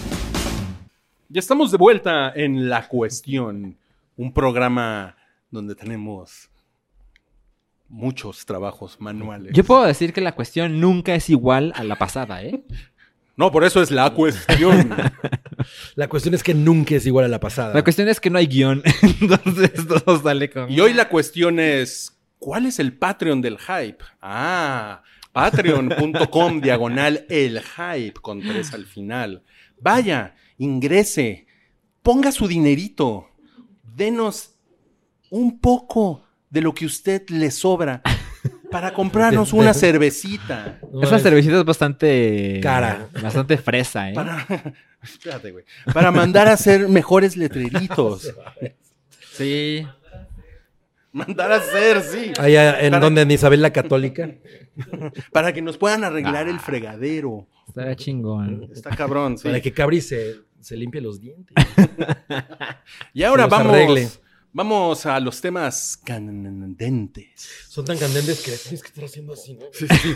Ya estamos de vuelta en La Cuestión, un programa donde tenemos muchos trabajos manuales. Yo puedo decir que la cuestión nunca es igual a la pasada, ¿eh? No, por eso es La Cuestión. La cuestión es que nunca es igual a la pasada. La cuestión es que no hay guión. Entonces todo sale con... Y hoy la cuestión es, ¿cuál es el Patreon del hype? Ah, patreon.com diagonal el hype con tres al final. Vaya, ingrese, ponga su dinerito, denos un poco de lo que usted le sobra para comprarnos una cervecita. No, Esa es- cervecita es bastante... Cara. Bastante fresa, ¿eh? Para, espérate, güey, para mandar a hacer mejores letreritos. Sí. Mandar a hacer, sí. Allá en Para- donde en Isabel la Católica. Para que nos puedan arreglar Ah. el fregadero. Está chingón. Está cabrón, sí. Para que Cabri se, se limpie los dientes. Y ahora se los vamos, arregle. vamos a los temas candentes. Son tan candentes que tienes que estar haciendo así, ¿no?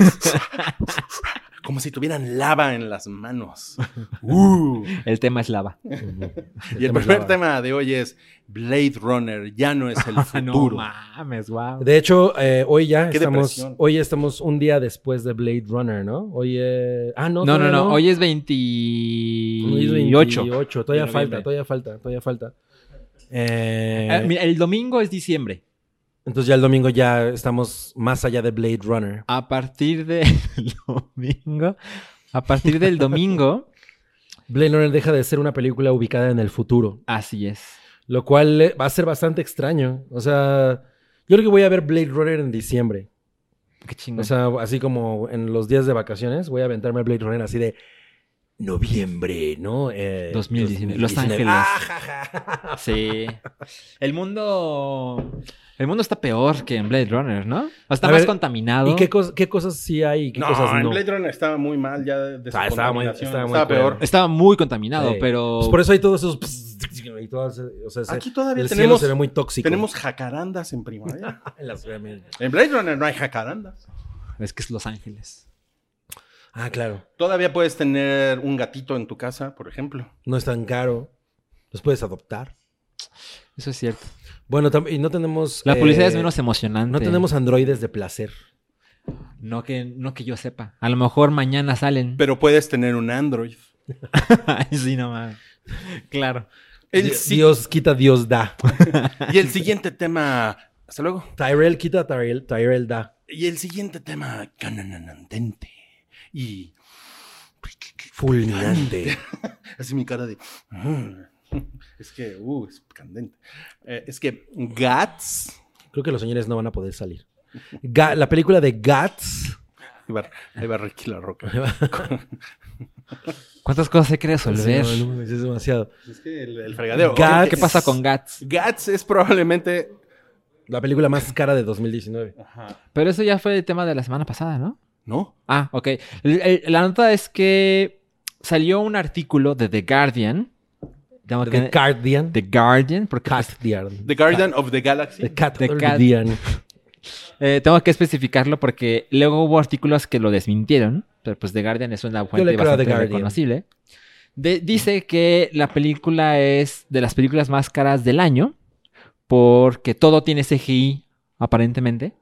Como si tuvieran lava en las manos. Uh. El tema es lava. Y el tema es primer lava. tema de hoy es Blade Runner, ya no es el No futuro. mames, wow. De hecho, eh, hoy ya Qué estamos, depresión. hoy ya estamos un día después de Blade Runner, ¿no? Hoy eh... Ah, no, No, no, todavía no. Hoy es Hoy es veintiocho. veintiocho. Todavía de falta, noviembre. todavía falta, todavía falta. Eh, Eh, mira, el domingo es diciembre. entonces ya el domingo ya estamos más allá de Blade Runner. A partir del domingo... A partir del domingo... Blade Runner deja de ser una película ubicada en el futuro, Así es. lo cual eh, va a ser bastante extraño. O sea, yo creo que voy a ver Blade Runner en diciembre. Qué chingón. O sea, así como en los días de vacaciones, voy a aventarme Blade Runner así de... noviembre, ¿no? Eh, dos mil diecinueve. Los dos mil Ángeles. Ah, ja, ja, ja. Sí. El mundo... El mundo está peor que en Blade Runner, ¿no? O está A más ver, contaminado. ¿Y qué, cos- qué cosas sí hay y qué No, cosas en no? Blade Runner estaba muy mal ya de, de su Ah, estaba muy- contaminación. estaba muy Estaba peor. culero. Estaba muy contaminado, Sí. pero... Pues por eso hay todos esos... Y todas, o sea, se- Aquí todavía el cielo tenemos- se ve muy tóxico. Tenemos jacarandas en primavera. En las- En Blade Runner no hay jacarandas. Es que es Los Ángeles. Ah, claro. Todavía puedes tener un gatito en tu casa, por ejemplo. No es tan caro. Los puedes adoptar. Eso es cierto. Bueno, tam- y no tenemos... La publicidad eh, es menos emocionante. No tenemos androides de placer. No que, no que yo sepa. A lo mejor mañana salen. Pero puedes tener un Android. Ay, sí, no mames. Claro. El Di- si- Dios quita, Dios da. Y el siguiente tema... Hasta luego. Tyrell quita, Tyrell, Tyrell da. Y el siguiente tema... Cananandente. Y... Fulminante. Así mi cara de... Es que... Uh, es candente. Eh, es que Guts... Creo que los señores no van a poder salir. Ga- la película de Guts. Ahí va, ahí va Ricky La Roca. ¿Cuántas cosas hay que resolver? Sí, no, no, es demasiado. Es que el, el fregadero. Guts. ¿Qué pasa con Guts? Guts es probablemente... La película más cara de dos mil diecinueve. Pero eso ya fue el tema de la semana pasada, ¿no? ¿No? Ah, ok. El- el- la nota es que salió un artículo de The Guardian. Tengo que- The Guardian. The Guardian, porque Cat Guardian. The Guardian of the Galaxy. The Cat The Cat- Guardian. eh, tengo que especificarlo porque luego hubo artículos que lo desmintieron. Pero pues The Guardian es una fuente le creo a The bastante Guardian. reconocible. De- dice que la película es de las películas más caras del año porque todo tiene C G I, aparentemente.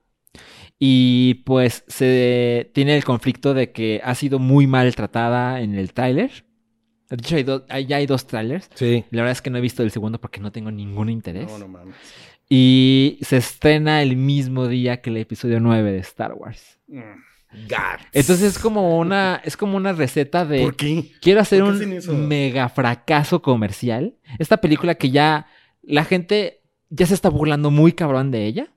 Y pues se tiene el conflicto de que ha sido muy maltratada en el tráiler. De hecho, hay do- hay- ya hay dos trailers. Sí. La verdad es que no he visto el segundo porque no tengo ningún interés. No, no mames. Y se estrena el mismo día que el episodio nueve de Star Wars. Mm. Guts. Entonces es como una, es como una receta de... ¿Por qué? Quiero hacer ¿Por qué hacen un eso? mega fracaso comercial. Esta película que ya la gente ya se está burlando muy cabrón de ella.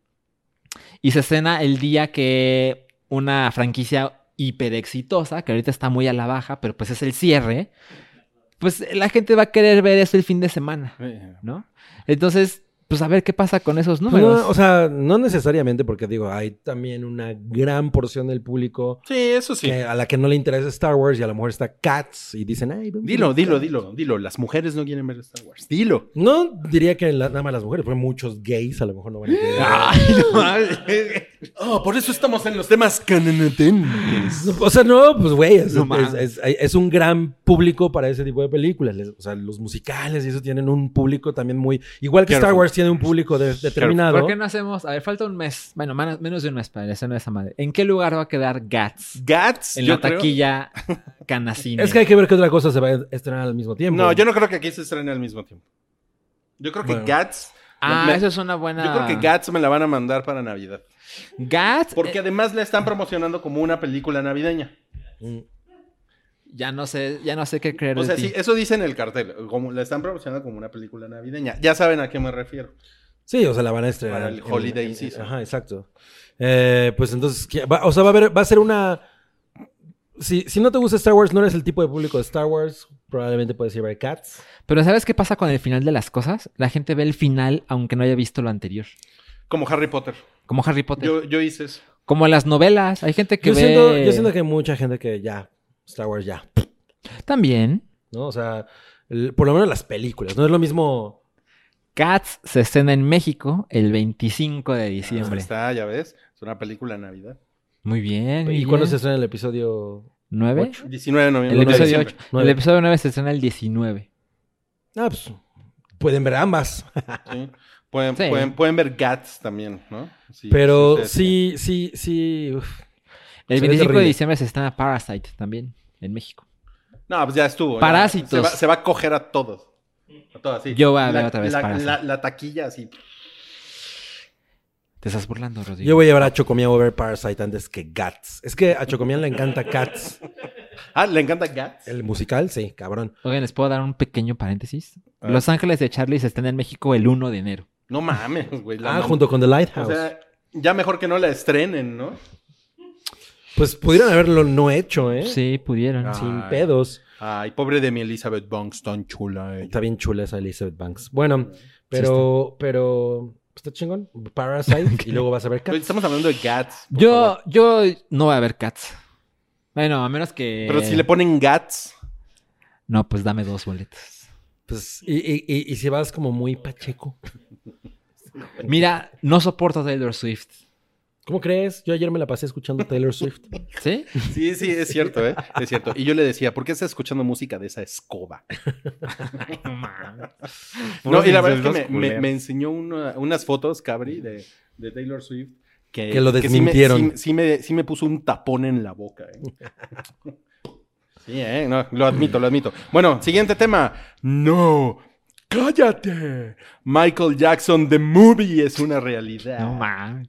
Y se estrena el día que una franquicia hiper exitosa, que ahorita está muy a la baja, pero pues es el cierre. Pues la gente va a querer ver eso el fin de semana, Eh, ¿no? Entonces, pues a ver qué pasa con esos Pues números. no, o sea, no necesariamente porque digo, hay también una gran porción del público Sí, eso sí. que- a la que no le interesa Star Wars y a lo mejor está Cats y dicen, ay, ven, Dilo, ven, dilo, Cats". dilo, dilo. Las mujeres no quieren ver Star Wars. Dilo. No diría que la- nada más las mujeres, porque muchos gays a lo mejor no van a querer. Ay, no mames. Oh, por eso estamos en los temas cananatentes. No, o sea, no, pues güey, es, No es- mames. es- es un gran público para ese tipo de películas. Les- O sea, los musicales y eso tienen un público también muy... Igual que Star Careful. Wars tiene un público de- determinado. ¿Por qué no hacemos? A ver, falta un mes. Bueno, man- menos de un mes para el estreno de esa madre. ¿En qué lugar va a quedar Guts? Guts, En yo la creo- taquilla canacine. Es que hay que ver qué otra cosa se va a estrenar al mismo tiempo. No, yo no creo que aquí se estrene al mismo tiempo. Yo creo que Bueno. Guts... Ah, me- eso es una buena... Yo creo que Guts me la van a mandar para Navidad. Guts... Porque eh, además la están promocionando como una película navideña. Mm. ya no sé, ya no sé qué creer O de sea, ti. sí, eso dice en el cartel. Como la están promocionando como una película navideña. Ya saben a qué me refiero. Sí, o sea, la van a estrenar. Para el en- holiday en- season. Ajá, exacto. Eh, pues entonces, ¿qué? Va- o sea, va a haber, va a ser una... Si, si no te gusta Star Wars, no eres el tipo de público de Star Wars, probablemente puedes ir a ver Cats. Pero ¿sabes qué pasa con el final de las cosas? La gente ve el final aunque no haya visto lo anterior. Como Harry Potter. Como Harry Potter. Yo, yo hice eso. Como las novelas. Hay gente que Yo ve... siento, yo siento que hay mucha gente que ya, Star Wars ya, También. ¿no? O sea, el- por lo menos las películas. No es lo mismo... Cats se estrena en México el veinticinco de Ahí diciembre. está, ya ves. Es una película de Navidad. Muy bien. muy ¿Y cuándo bien. se estrena el episodio ¿Nueve? ocho? diecinueve de noviembre. El de episodio diciembre. ocho. Nueve. El episodio nueve se estrena el diecinueve. Ah, pues pueden ver ambas. Sí. Pueden, Sí. Pueden, pueden ver Guts también, ¿no? Sí, Pero sí, sí, sí, sí. uf. El Se ve veinticinco de terrible. diciembre se estrena Parasite también en México. No, pues ya estuvo. ya. Parásitos. Se va, se va a coger a todos. A todos, sí. Yo voy a ver La- otra vez la, Parasite. la, la taquilla así. Te estás burlando, Rodrigo. Yo voy a llevar a Chocomian a ver Parasite antes que Guts. Es que a Chocomian le encanta Cats. Ah, ¿le encanta Guts? El musical, sí, cabrón. Oigan, ¿les puedo dar un pequeño paréntesis? A ver. Los Ángeles de Charlie se estrena en México el uno de enero. No mames, güey. la Ah, mam- junto con The Lighthouse. O sea, ya mejor que no la estrenen, ¿no? Pues pudieron haberlo no hecho, ¿eh? Sí, pudieron. Ah. Sin pedos. Ay, pobre de mi Elizabeth Banks, tan chula. ella. Está bien chula esa Elizabeth Banks. Bueno, pero, pero, está chingón. Parasite y luego vas a ver Pero Cats. estamos hablando de Gats. por Yo, favor. yo no voy a ver Cats. Bueno, a menos que... Pero si le ponen Gats, No, pues dame dos boletos. Pues, y, y, y, y si vas como muy pacheco. Mira, no soporto a Taylor Swift. ¿Cómo crees? Yo ayer me la pasé escuchando Taylor Swift. ¿Sí? sí, sí, es cierto, ¿eh? Es cierto. Y yo le decía, ¿por qué estás escuchando música de esa escoba? No, y la verdad es que me, me- me enseñó una- unas fotos, Cabri, de, de Taylor Swift. Que, Que lo sí me- desmintieron. Sí, sí me, sí me puso un tapón en la boca, ¿eh? Sí, ¿eh? No, lo admito, lo admito. Bueno, siguiente tema. No, cállate. Michael Jackson, The Movie, es una realidad. No mames.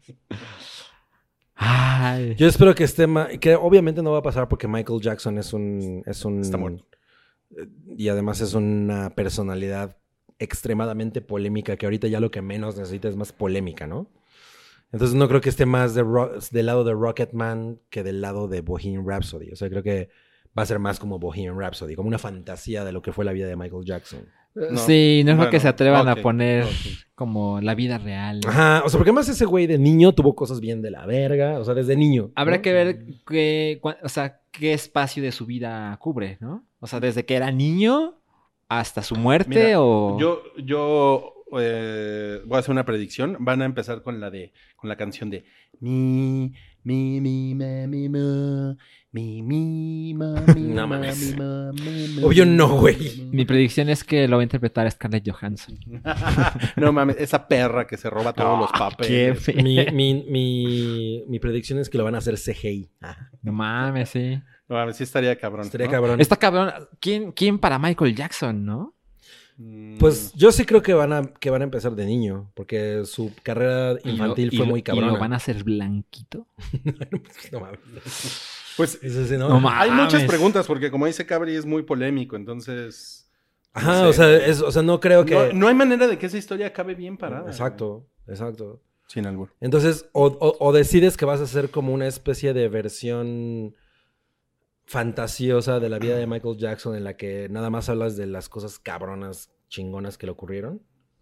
Ay. Yo espero que esté ma- que obviamente no va a pasar porque Michael Jackson es un es un Está muerto. eh, y además es una personalidad extremadamente polémica que ahorita ya lo que menos necesita es más polémica, ¿no? Entonces no creo que esté más de ro- del lado de Rocketman que del lado de Bohemian Rhapsody. O sea, creo que va a ser más como Bohemian Rhapsody, como una fantasía de lo que fue la vida de Michael Jackson. No. Sí, no es Bueno, que se atrevan ok, a poner ok. como la vida real. Ajá, o sea, porque además ese güey de niño tuvo cosas bien de la verga, o sea, desde niño. Habrá ¿no? que ver qué, cua- o sea, qué espacio de su vida cubre, ¿no? O sea, desde que era niño hasta su muerte Mira, o... Yo, yo eh, voy a hacer una predicción. Van a empezar con la de, con la canción de mi, mi, mi, ma, mi, ma, mi, mi, ma, mi, No ma, mames. mi, ma, mi, ma, Obvio no, mi, güey. ma. Mi predicción es que lo va a interpretar Scarlett Johansson. No mames, esa perra que se roba todos los papeles. fe- Mi, mi, mi, mi predicción es que lo van a hacer C G I. Ah, No mames, sí. No mames, sí estaría cabrón. estaría ¿no? cabrón. Está cabrón. ¿Quién, ¿Quién para Michael Jackson, no? Mm, Pues yo sí creo que van a, que van a empezar de niño, porque su carrera Y lo- infantil y fue lo- muy Y cabrona. lo van a hacer blanquito. No mames. pues Eso sí, ¿no? No mames. hay muchas preguntas porque como dice Cabri es muy polémico, entonces... Ajá, no o sé. sea, es- o sea, no creo que... No, no hay manera de que esa historia acabe bien parada. Exacto, exacto. Sin albur. Entonces, o, o- o decides que vas a hacer como una especie de versión fantasiosa de la vida de Michael Jackson en la que nada más hablas de las cosas cabronas, chingonas que le ocurrieron.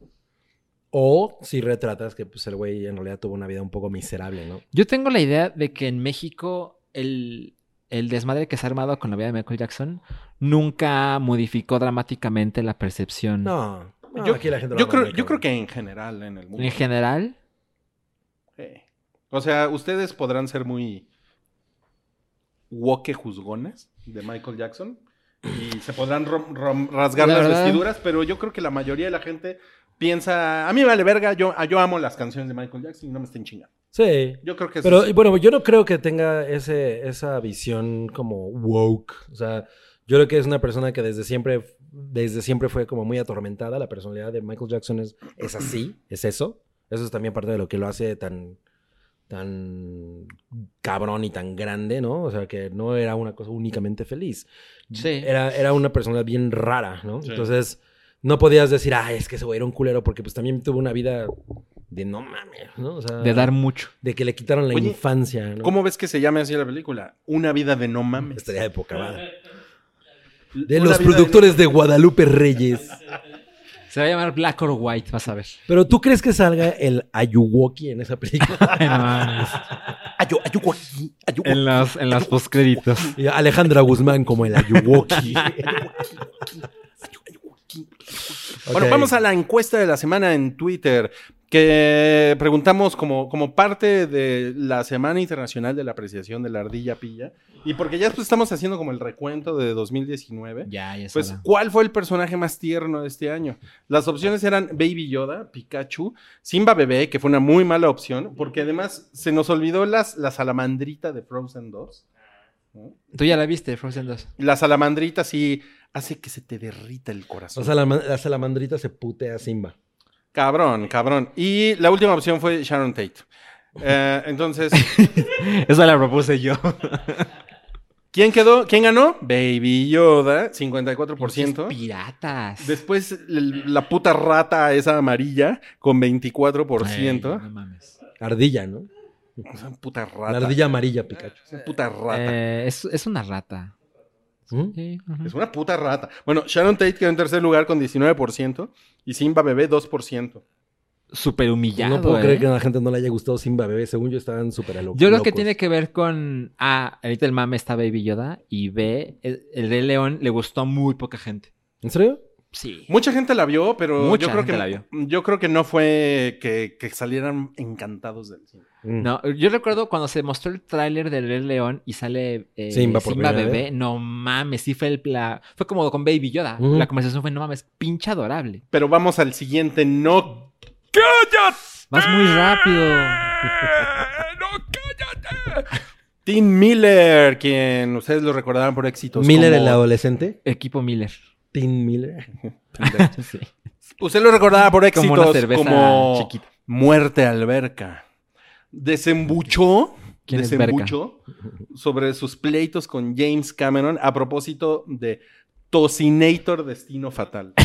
O si retratas que pues el güey en realidad tuvo una vida un poco miserable, ¿no? Yo tengo la idea de que en México el, el desmadre que se ha armado con la vida de Michael Jackson nunca modificó dramáticamente la percepción. No, no, yo aquí la gente lo yo ama creo, muy yo creo cabrón. que en general en el mundo. En general, Sí. O sea, ustedes podrán ser muy woke juzgones de Michael Jackson y se podrán rom- rom- rasgar La las verdad. vestiduras, pero yo creo que la mayoría de la gente piensa, a mí me vale verga, yo, yo amo las canciones de Michael Jackson y no me estén chingando. Sí. Yo creo que eso Pero es- y bueno, yo no creo que tenga ese, esa visión como woke. O sea, yo creo que es una persona que desde siempre, desde siempre fue como muy atormentada. La personalidad de Michael Jackson es, es así, es eso. Eso es también parte de lo que lo hace tan, tan cabrón y tan grande, ¿no? O sea, que no era una cosa únicamente feliz. sí. Era, era una persona bien rara, ¿no? Sí. Entonces, no podías decir, ah, es que ese güey era un culero, porque pues también tuvo una vida de no mames, ¿no? O sea, de dar mucho. de que le quitaron la Oye, infancia, ¿no? ¿Cómo ves que se llame así la película? Una vida de no mames. Estaría de poca madre. De Una los vida productores de Guadalupe Reyes. Se va a llamar Black or White, vas a ver. Pero ¿tú crees que salga el Ayuwoki en esa película? Ay, no mames. Ayu- Ayuwoki, Ayuwoki. En las, en las postcréditos. Y Alejandra Guzmán como el Ayuwoki. Bueno, Ok. vamos a la encuesta de la semana en Twitter, que preguntamos como, como parte de la Semana Internacional de la Apreciación de la Ardilla Pilla, y porque ya después estamos haciendo como el recuento de dos mil diecinueve, Ya, ya pues, ¿cuál fue el personaje más tierno de este año? Las opciones eran Baby Yoda, Pikachu, Simba Bebé, que fue una muy mala opción, porque además se nos olvidó las, la salamandrita de Frozen dos. ¿no? Tú ya la viste, Frozen dos. La salamandrita sí hace que se te derrita el corazón. O sea, la, la salamandrita se putea a Simba. Cabrón, cabrón. Y la última opción fue Sharon Tate. Eh, entonces, Esa la propuse yo. ¿quién quedó? ¿Quién ganó? Baby Yoda, cincuenta y cuatro por ciento. Piratas. Después l- la puta rata esa amarilla con veinticuatro por ciento. Ay, no mames. Ardilla, ¿no? Esa puta rata. La ardilla amarilla, Pikachu. Esa puta rata. Eh, es, es una rata. Es ¿Mm? Sí, ujú. Es una puta rata. Bueno, Sharon Tate quedó en tercer lugar con diecinueve por ciento y Simba Bebé dos por ciento. Súper humillado, No puedo ¿eh? creer que a la gente no le haya gustado Simba Bebé. Según yo, estaban súper locos. Yo creo que tiene que ver con... Ah, ahorita el mame está Baby Yoda. Y B, el, el Rey León le gustó a muy poca gente. ¿En serio? Sí. Mucha gente la vio, pero Mucha yo creo gente que la vio. yo creo que no fue que, que salieran encantados del cine. Mm. No, yo recuerdo cuando se mostró el tráiler del Rey León y sale eh, Simba por primera Bebé. vez. No mames, sí fue el... la- fue como con Baby Yoda. Ujú. La conversación fue, no mames, pinche adorable. Pero vamos al siguiente. No. ¡Cállate! Vas muy rápido. ¡No, cállate! Tim Miller, quien ustedes lo recordarán por éxitos. Miller, como- el adolescente. Equipo Miller. Tim Miller. Sí. Usted lo recordará por éxitos Como una cerveza como chiquita. Muerte Alberca. Desembuchó, ¿Quién es desembuchó sobre sus pleitos con James Cameron a propósito de Tocinator Destino Fatal.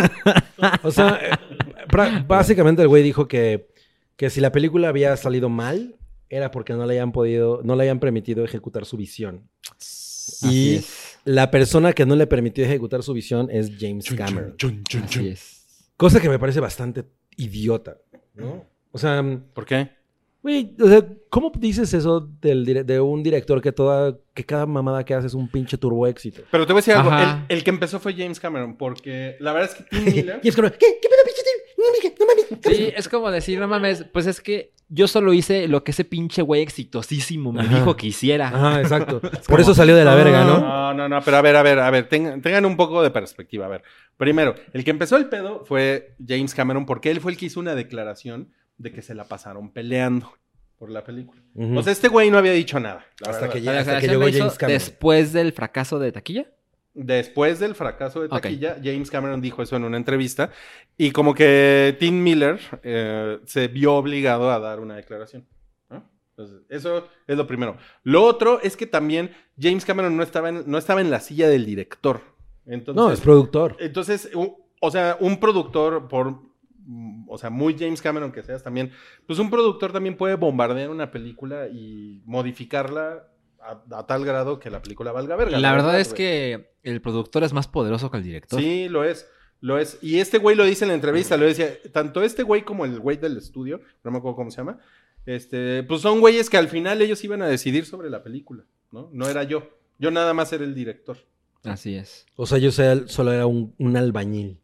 O sea, eh, pra- básicamente el güey dijo que, que si la película había salido mal, era porque no le habían podido, no le habían permitido ejecutar su visión. Así Y es. la persona que no le permitió ejecutar su visión es James Cameron. Chun, chun, Así chun. es. Cosa que me parece bastante idiota, ¿no? O sea, ¿Por qué? güey, o sea, ¿cómo dices eso del dire- de un director que toda, que cada mamada que hace es un pinche turbo éxito? Pero te voy a decir algo. Ajá. El, el que empezó fue James Cameron, porque la verdad es que Tim Miller... James Cameron, ¿qué? ¿Qué pedo, pinche Tim? No mames, no mames. Sí, es como decir, no mames, pues es que yo solo hice lo que ese pinche güey exitosísimo me Ajá. dijo que hiciera. Ajá, exacto. Por eso salió de la verga, ¿no? No, no, no, pero a ver, a ver, a ver, tengan, tengan un poco de perspectiva. A ver, primero, el que empezó el pedo fue James Cameron, porque él fue el que hizo una declaración de que se la pasaron peleando por la película. Ujú. O sea, este güey no había dicho nada. la Hasta verdad. que La ya- hasta que declaración llegó la hizo James Cameron. después del fracaso de taquilla. Después del fracaso de Ok. taquilla, James Cameron dijo eso en una entrevista y como que Tim Miller eh, se vio obligado a dar una declaración. ¿No? Entonces, eso es lo primero. Lo otro es que también James Cameron no estaba en, no estaba en la silla del director. Entonces, No, es productor. Entonces, u- o sea, un productor, por, mm, o sea, muy James Cameron que seas también, pues un productor también puede bombardear una película y modificarla a, a tal grado que la película valga verga. La verdad es güey. que el productor es más poderoso que el director. Sí, lo es, lo es. Y este güey lo dice en la entrevista, lo decía, tanto este güey como el güey del estudio, no me acuerdo cómo se llama, este, pues son güeyes que al final ellos iban a decidir sobre la película, ¿no? No era yo. Yo nada más era el director. Así es. O sea, yo sé, solo era un, un albañil.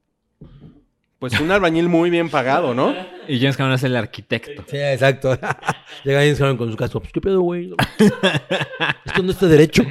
Pues un albañil muy bien pagado, ¿no? Y James Cameron es el arquitecto. Sí, exacto. Llega James Cameron con su casco. Pues, ¿qué pedo, güey? Esto no está derecho.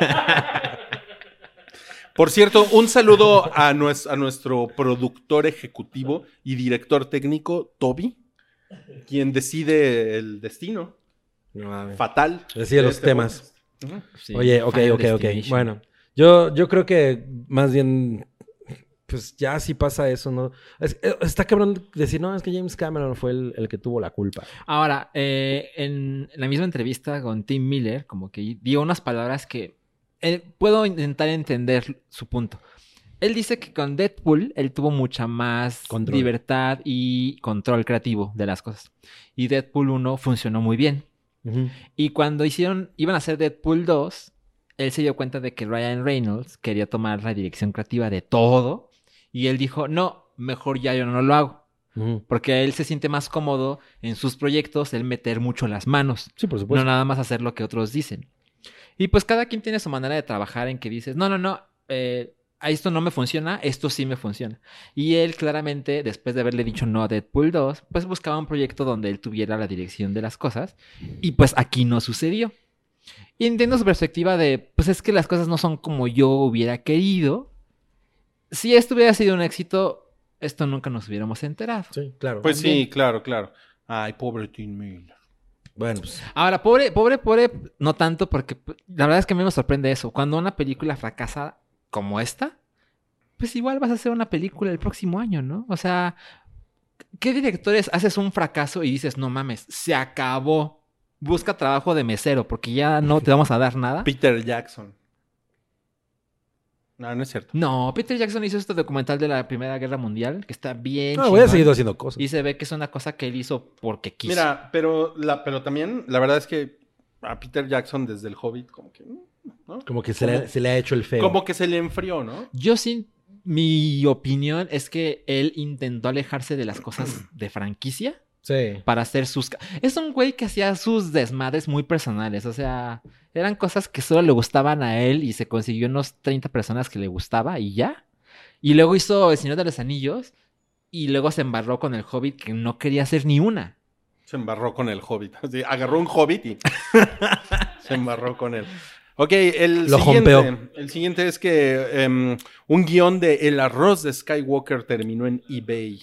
Por cierto, un saludo a, nues- a nuestro productor ejecutivo y director técnico, Toby, quien decide el destino No mames. fatal. Decide de los este temas. podcast. Ujú. Sí. Oye, ok, Final ok, ok. Destination. Bueno, yo, yo creo que más bien, pues ya sí pasa eso, ¿no? Es- eh, está cabrón decir, no, es que James Cameron fue el, el que tuvo la culpa. Ahora, eh, en la misma entrevista con Tim Miller, como que dio unas palabras que eh, puedo intentar entender su punto. Él dice que con Deadpool él tuvo mucha más Control. libertad y control creativo de las cosas. Y Deadpool uno funcionó muy bien. Ujú. Y cuando hicieron, iban a hacer Deadpool dos, él se dio cuenta de que Ryan Reynolds quería tomar la dirección creativa de todo. Y él dijo, no, mejor ya yo no lo hago. Ujú. Porque él se siente más cómodo en sus proyectos, el meter mucho las manos. Sí, por No supuesto. nada más hacer lo que otros dicen. Y pues cada quien tiene su manera de trabajar en que dices, no, no, no, eh, a esto no me funciona, esto sí me funciona. Y él claramente, después de haberle dicho no a Deadpool dos, pues buscaba un proyecto donde él tuviera la dirección de las cosas. Y pues aquí no sucedió. Y entiendo su perspectiva de, pues es que las cosas no son como yo hubiera querido. Si esto hubiera sido un éxito, esto nunca nos hubiéramos enterado. Sí, claro. Pues sí, También. claro, claro. Ay, pobre Tim Miller. Bueno, pues. Ahora, pobre, pobre, pobre, no tanto, porque p- la verdad es que a mí me sorprende eso. Cuando una película fracasa como esta, pues igual vas a hacer una película el próximo año, ¿no? O sea, ¿qué directores haces un fracaso y dices, no mames, se acabó? Busca trabajo de mesero, porque ya no te vamos a dar nada. Peter Jackson. No, no es cierto. No, Peter Jackson hizo este documental de la Primera Guerra Mundial, que está bien No, voy a chingón. seguir haciendo cosas. Y se ve que es una cosa que él hizo porque quiso. Mira, pero, la, pero también la verdad es que a Peter Jackson desde el Hobbit como que... mm, ¿no? Como que se le, se le ha hecho el feo. Como que se le enfrió, ¿no? Yo sí, mi opinión es que él intentó alejarse de las cosas de franquicia Sí. para hacer sus... ca- Es un güey que hacía sus desmadres muy personales, o sea, eran cosas que solo le gustaban a él y se consiguió unos treinta personas que le gustaba y ya. Y luego hizo El Señor de los Anillos y luego se embarró con El Hobbit que no quería hacer ni una. Se embarró con el Hobbit. Sí, agarró un Hobbit y se embarró con él. Ok, el Lo siguiente, jompeó. el siguiente es que em, un guión de El arroz de Skywalker terminó en eBay.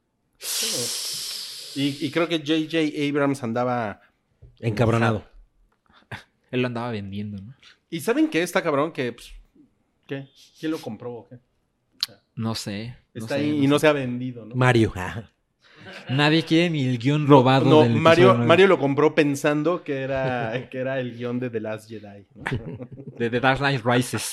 Y, y creo que J J Abrams andaba... Encabronado. Él lo andaba vendiendo, ¿no? ¿Y saben qué está cabrón? Que, pues, ¿qué? ¿Quién lo compró o qué? No sé. no Está sé, ahí no y no sé. se ha vendido, ¿no? Mario. Nadie quiere ni el guión robado No, del Mario, episodio nueve. Mario lo compró pensando que era, que era el guión de The Last Jedi, ¿no? De The Dark Knight Rises.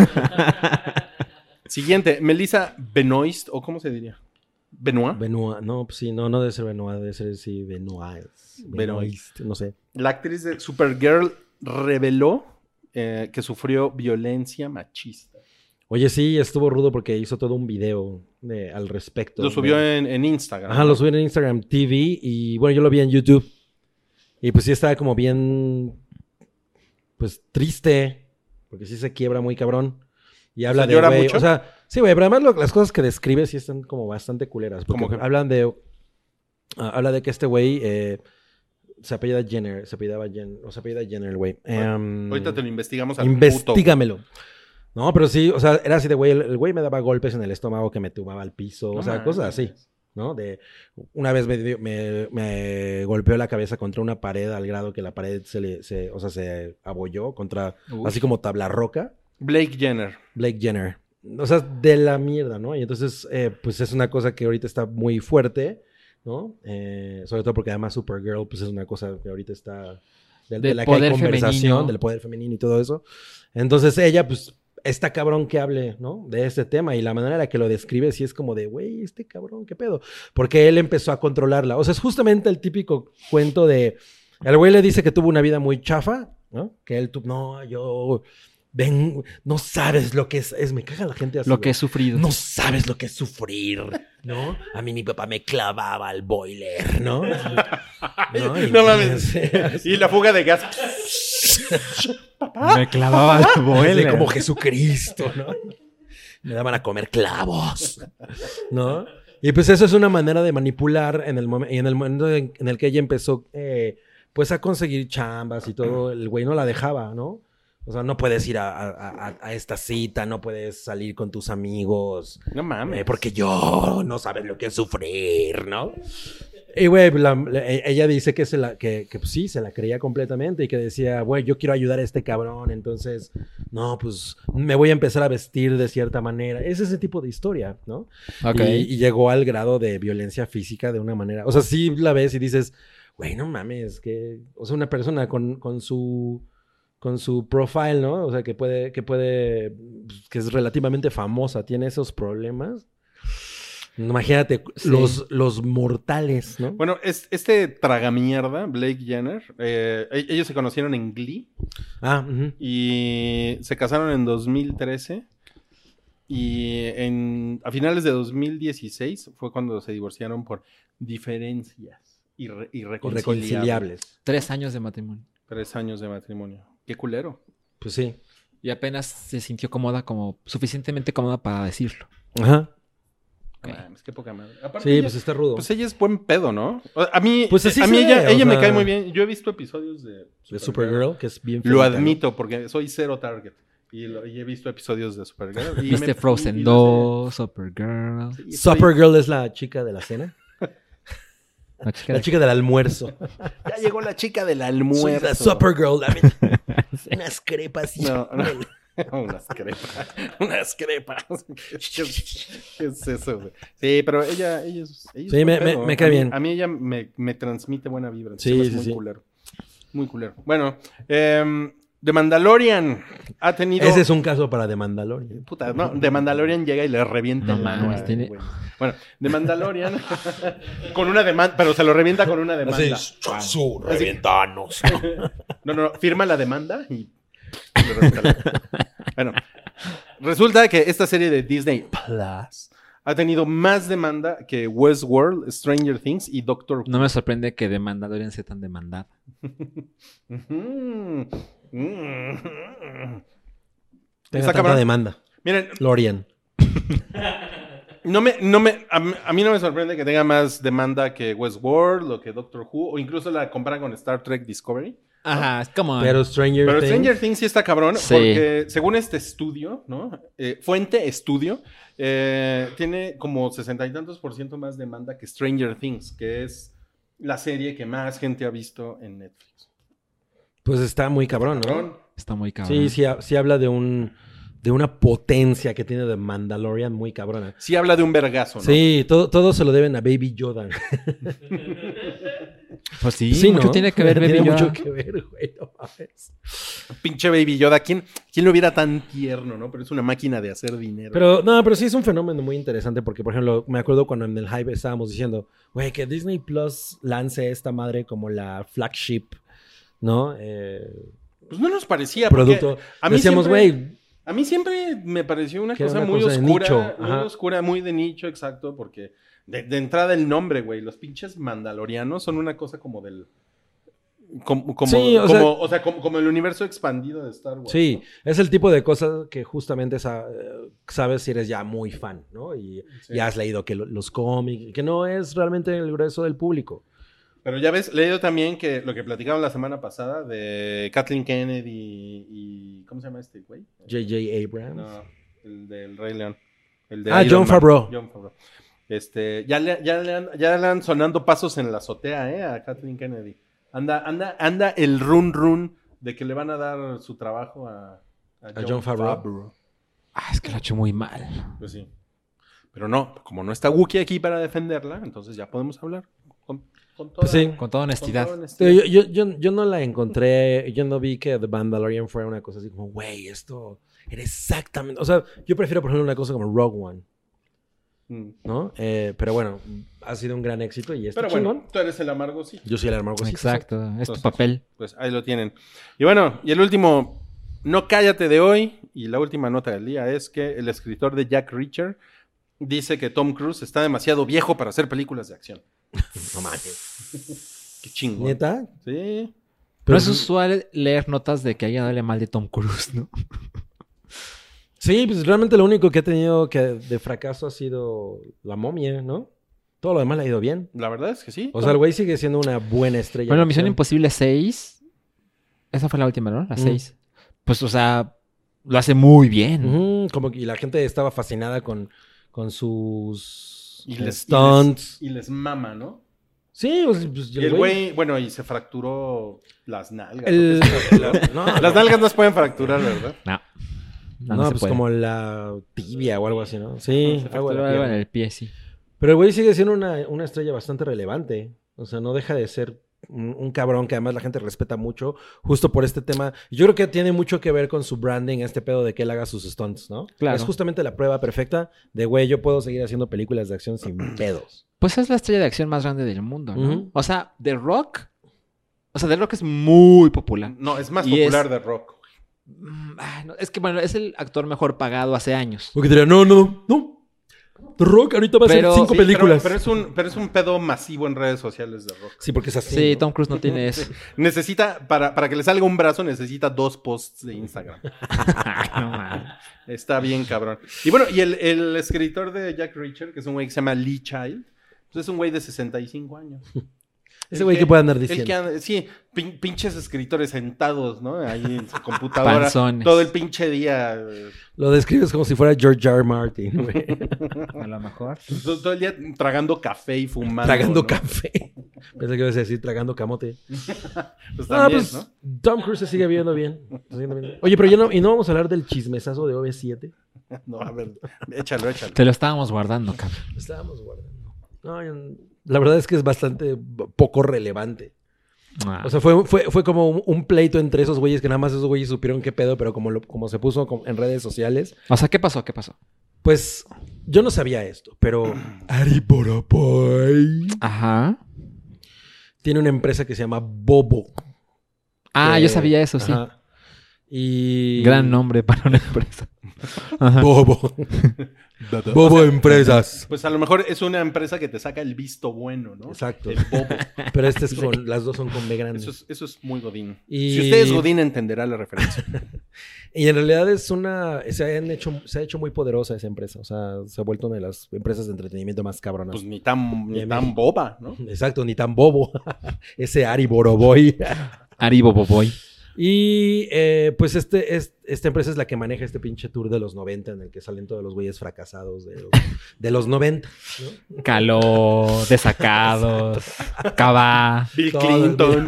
Siguiente, Melissa Benoist, o ¿cómo se diría? Benoit. Benoit. No, pues sí, no, no debe ser Benoit, debe ser sí Benoit. Benoit. No sé. La actriz de Supergirl reveló eh, que sufrió violencia machista. Oye, sí, estuvo rudo porque hizo todo un video de, al respecto. Lo subió de- en, en Instagram. Ajá, lo subió en Instagram T V y bueno, yo lo vi en YouTube. Y pues sí estaba como bien, pues triste, porque sí se quiebra muy cabrón. Y habla ¿Se de, llora güey, mucho? o sea, sí, güey, pero además lo- las cosas que describe sí están como bastante culeras. Porque ¿Cómo que? hablan de, ah, habla de que este güey eh, se apellida Jenner, se apellidaba Jenner, o se apellida Jenner, güey. Em, Ahorita te lo investigamos al puto. Investígamelo. No, pero sí, o sea, era así de güey, el el güey me daba golpes en el estómago que me tumbaba al piso, No o sea, mames. cosas así, ¿no? De una vez me, dio- me, me golpeó la cabeza contra una pared al grado que la pared se le, se, o sea, se abolló contra, Uy. así como tabla roca, Blake Jenner. Blake Jenner. O sea, de la mierda, ¿no? Y entonces, eh, pues es una cosa que ahorita está muy fuerte, ¿no? Eh, sobre todo porque además Supergirl, pues es una cosa que ahorita está... De, de Del la que hay poder conversación, femenino. del poder femenino y todo eso. Entonces ella, pues, está cabrón que hable, ¿no? De este tema y la manera en la que lo describe sí es como de, güey, este cabrón, ¿qué pedo? Porque él empezó a controlarla. O sea, es justamente el típico cuento de... El güey le dice que tuvo una vida muy chafa, ¿no? Que él, tu- no, yo... Ven, no sabes lo que es... es me caga la gente así, Lo que güey. he sufrido. No sabes lo que es sufrir, ¿no? A mí mi papá me clavaba al boiler, ¿no? No, y- No mames. Y la fuga de gas. Me clavaba el Así boiler. como Jesucristo, ¿no? Me daban a comer clavos, ¿no? Y pues eso es una manera de manipular en el, momen- y en el momento en, en el que ella empezó, eh, pues, a conseguir chambas y todo, el güey no la dejaba, ¿no? O sea, no puedes ir a, a- a- a esta cita, no puedes salir con tus amigos, No mames. eh, porque yo no sabes lo que es sufrir, ¿no? Y, güey, la- la- ella dice que, se la, que, que pues, sí, se la creía completamente y que decía, güey, yo quiero ayudar a este cabrón, entonces, no, pues me voy a empezar a vestir de cierta manera. Es ese tipo de historia, ¿no? Ok. Y, y llegó al grado de violencia física de una manera. O sea, sí la ves y dices, güey, no mames, que. O sea, una persona con, con su. Con su profile, ¿no? O sea, que puede, que puede. pues, que es relativamente famosa, tiene esos problemas. Imagínate, Sí. los, los mortales, ¿no? Bueno, es, este tragamierda, Blake Jenner, eh, e- ellos se conocieron en Glee Ah, ujú. y se casaron en dos mil trece. Y en, a finales de dos mil dieciséis fue cuando se divorciaron por diferencias irre- irreconciliables. Irreconciliables. Tres años de matrimonio. Tres años de matrimonio. Qué culero. Pues sí. Y apenas se sintió cómoda, como suficientemente cómoda para decirlo. Ajá. Ok. No mames, qué poca madre. Aparte, Sí, ella, pues está rudo. pues ella es buen pedo, ¿no? O- A mí, Pues así a mí se ella, ve, o ella me sea, cae muy bien. Yo he visto episodios de de Supergirl, que es bien Lo feita, ¿no? admito, porque soy cero target. Y, lo- y he visto episodios de Supergirl. Y Viste me- Frozen y- y dos, Supergirl. la serie- y soy- Supergirl es la chica de la cena. La chica La de- chica del almuerzo. Ya llegó la chica del Soy almuerzo. la Supergirl, dame unas crepas y... No, no. Unas crepas. Unas crepas. ¿Qué, qué es eso, güey? Sí, pero ella, ella es. ella es Sí, buen me- me- pedo. me cae A mí- bien. A mí ella me, me transmite buena vibra. Sí, Se me hace sí, muy sí. culero. Muy culero. Bueno, eh, The Mandalorian ha tenido. Ese es un caso para The Mandalorian. Puta, no, The Mandalorian llega y le revienta No el mames, manual, tiene- güey. Bueno, The Mandalorian con una demanda, pero se lo revienta con una demanda. Su revientanos. No, no, no, firma la demanda y Bueno, resulta que esta serie de Disney Plus ha tenido más demanda que Westworld, Stranger Things y Doctor Who. No me sorprende que The Mandalorian sea tan demandada. Ujú. Mm. Tenga Está tanta cabrón. demanda. Miren, Lorian. no me, no me, a, mí, a mí no me sorprende que tenga más demanda que Westworld o que Doctor Who, o incluso la comparan con Star Trek Discovery. Ajá, es como... Pero Stranger Pero Things. Stranger Things sí está cabrón, Sí. porque según este estudio, ¿no? Eh, Fuente Estudio, eh, tiene como sesenta y tantos por ciento más demanda que Stranger Things, que es la serie que más gente ha visto en Netflix. Pues está muy cabrón, ¿no? Cabrón. Está muy cabrón. Sí, sí, ha- sí habla de un de una potencia que tiene de Mandalorian muy cabrona. Sí habla de un vergazo, ¿no? Sí, todo, todo se lo deben a Baby Yoda. Pues sí, Sí, mucho ¿no? tiene que ver Baby Tiene Yoda. mucho que ver, güey. No mames. Pinche Baby Yoda. ¿Quién, ¿Quién lo viera tan tierno, no? Pero es una máquina de hacer dinero. Pero, no, pero sí es un fenómeno muy interesante porque, por ejemplo, me acuerdo cuando en el hype estábamos diciendo, güey, que Disney Plus lance esta madre como la flagship, ¿no? Eh, Pues no nos parecía. porque producto. A mí Decíamos, siempre- güey, A mí siempre me pareció una Que era cosa una muy cosa de oscura, nicho, muy ajá. oscura, muy de nicho, exacto, porque de, de entrada el nombre, güey, los pinches mandalorianos son una cosa como del... Como, como, Sí, o como- sea- o sea, como, como el universo expandido de Star Wars. sí, ¿no? es el tipo de cosas que justamente sa- eh, sabes si eres ya muy fan, ¿no? Y Sí. ya has leído que lo- los cómics, que no es realmente el grueso del público. Pero ya ves, leído también que lo que platicaban la semana pasada de Kathleen Kennedy y... ¿Cómo se llama este güey? J J Abrams. No, el del Rey León. El de Ah, Iron Jon Man. Favreau. Jon Favreau. Este, ya le, ya, le han, ya le han sonando pasos en la azotea, ¿eh? A Kathleen Kennedy. Anda, anda, anda el run run de que le van a dar su trabajo a, A Jon Favreau. Ah, es que lo ha hecho muy mal. Pues sí. Pero no, como no está Wookiee aquí para defenderla, entonces ya podemos hablar con, con toda, Pues sí. Con toda honestidad. con toda honestidad. Pero yo, yo, yo, yo no la encontré, yo no vi que The Mandalorian fuera una cosa así como, güey, esto era exactamente... O sea, yo prefiero, por ejemplo, una cosa como Rogue One, Mm. ¿no? Eh, pero bueno, ha sido un gran éxito y está Pero chingón. bueno, tú eres el amargo, sí. Yo soy el hermano. Exacto, es tu Entonces, papel. Pues ahí lo tienen. Y bueno, y el último, no cállate de hoy, y la última nota del día es que el escritor de Jack Reacher dice que Tom Cruise está demasiado viejo para hacer películas de acción. No mames. Qué chingón. ¿Neta? Sí. Pero es usual leer notas de que a alguien le mal de Tom Cruise, ¿no? Sí, pues realmente lo único que ha tenido que de fracaso ha sido la momia, ¿no? Todo lo demás le ha ido bien. La verdad es que sí. O sea, el güey sigue siendo una buena estrella. Bueno, de Misión acción. Imposible seis. Esa fue la última, ¿no? La Mm. seis. Pues, o sea, lo hace muy bien. Ujú, como que y la gente estaba fascinada con, con sus Y eh, les, stunts. y les, y les mama, ¿no? Sí, pues, pues, Y el güey, bueno, y se fracturó las nalgas. El- porque las, No, las nalgas no se pueden fracturar, ¿verdad? No. No, No, no se pues puede. como la tibia o algo así, ¿no? Sí, Se algo de la Algo en pierna. el pie, sí. Pero el güey sigue siendo una, una estrella bastante relevante. O sea, no deja de ser un, un cabrón que además la gente respeta mucho justo por este tema. Yo creo que tiene mucho que ver con su branding, este pedo de que él haga sus stunts, ¿no? Claro. Es justamente la prueba perfecta de, güey, yo puedo seguir haciendo películas de acción sin pedos. Pues es la estrella de acción más grande del mundo, ¿no? Ujú. O sea, The Rock. O sea, The Rock es muy popular. No, es más Y popular es- de rock. Mm, ah, no, es que, bueno, es el actor mejor pagado hace años. Porque diría, no, no, no. The Rock ahorita va a Pero- hacer cinco Sí, pero- películas. Pero, es un, pero es un pedo masivo en redes sociales de rock. Sí, porque es así. Sí, ¿no? Tom Cruise no tiene eso. Necesita, para, para que le salga un brazo, necesita dos posts de Instagram. Ay, no mames. Está bien, cabrón. Y bueno, y el, el escritor de Jack Reacher, que es un güey que se llama Lee Child, pues es un güey de sesenta y cinco años. Ese güey que puede andar El diciendo. que anda- sí, pin- pinches escritores sentados, ¿no? Ahí en su computadora. Panzones. Todo el pinche día. eh, Lo describes como si fuera George R. R. Martin, güey. A lo mejor. todo, todo el día tragando café y fumando. Tragando ¿no? café. Pensé que ibas a decir tragando camote. Pues Ah, también, pues ¿no? Tom Cruise se sigue viendo bien. Se sigue viendo bien. Oye, pero ya no, ¿y no vamos a hablar del chismesazo de O V siete? No, a ver, échalo, échalo. Te lo estábamos guardando, cabrón. Lo estábamos guardando. No, yo- la verdad es que es bastante poco relevante. Ah. O sea, fue, fue, fue como un, un pleito entre esos güeyes que nada más esos güeyes supieron qué pedo, pero como, lo- como se puso com- en redes sociales, O sea, ¿qué pasó? ¿Qué pasó? pues yo no sabía esto, pero Ari Boroboy Ajá. tiene una empresa que se llama Bobo. Ah, que- yo sabía eso, sí. ajá, Y... Gran nombre para una empresa. Ajá. Bobo. Bobo Empresas. Pues a lo mejor es una empresa que te saca el visto bueno, ¿no? Exacto. El bobo. Pero este es con... Las dos son con B grande. Eso es, eso es muy godín. Y- Si usted es godín, entenderá la referencia. Y en realidad es una... Se, han hecho, se ha hecho muy poderosa esa empresa. O sea, se ha vuelto una de las empresas de entretenimiento más cabronas. Pues ni tan, ni Bien, tan bien. boba, ¿no? Exacto, ni tan bobo. Ese Ari Boroboy. Ari Boboboy. Y eh, pues este, es, esta empresa es la que maneja este pinche tour de los noventa en el que salen todos los güeyes fracasados de los, de los noventa. ¿no? Caló, Desacados, Cabá. Bill Todo Clinton,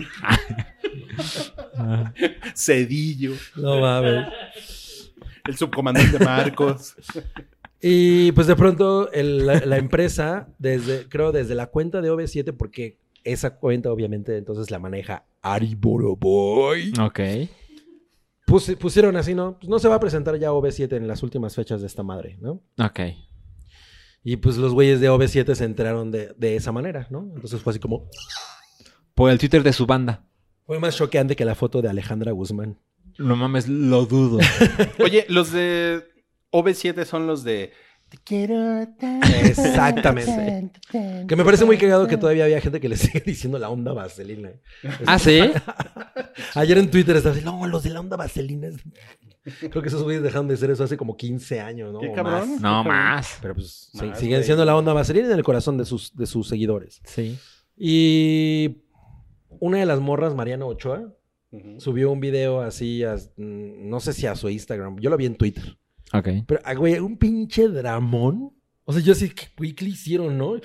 Ah, Cedillo, No mames. el subcomandante Marcos. Y pues de pronto el- la, la empresa, desde, creo desde la cuenta de O V siete, porque esa cuenta obviamente entonces la maneja Ari Boroboy. ok. Pus- pusieron así, ¿no? Pues no se va a presentar ya O V siete en las últimas fechas de esta madre, ¿no? Ok. Y pues los güeyes de O V siete se enteraron de, de esa manera, ¿no? Entonces fue así como... Por el Twitter de su banda. Fue más choqueante que la foto de Alejandra Guzmán. No mames, lo dudo. Oye, los de O V siete son los de... Te quiero tanto. Exactamente. Que me parece muy cagado que todavía había gente que le sigue diciendo la onda vaselina. ¿Ah, sí? Ayer en Twitter estaba así, no, los de la onda vaselina. Creo que esos güeyes dejaron de ser eso hace como quince años, ¿no? Qué O cabrón. más. No más. Pero pues sí, Más, siguen güey. siendo la onda vaselina en el corazón de sus, de sus seguidores. Sí. Y una de las morras, Mariana Ochoa, Ujú. subió un video así, a- mm, no sé si a su Instagram, yo lo vi en Twitter. Ok. Pero, ah, güey, un pinche dramón. O sea, yo así, ¿qué, güey, qué le hicieron, no?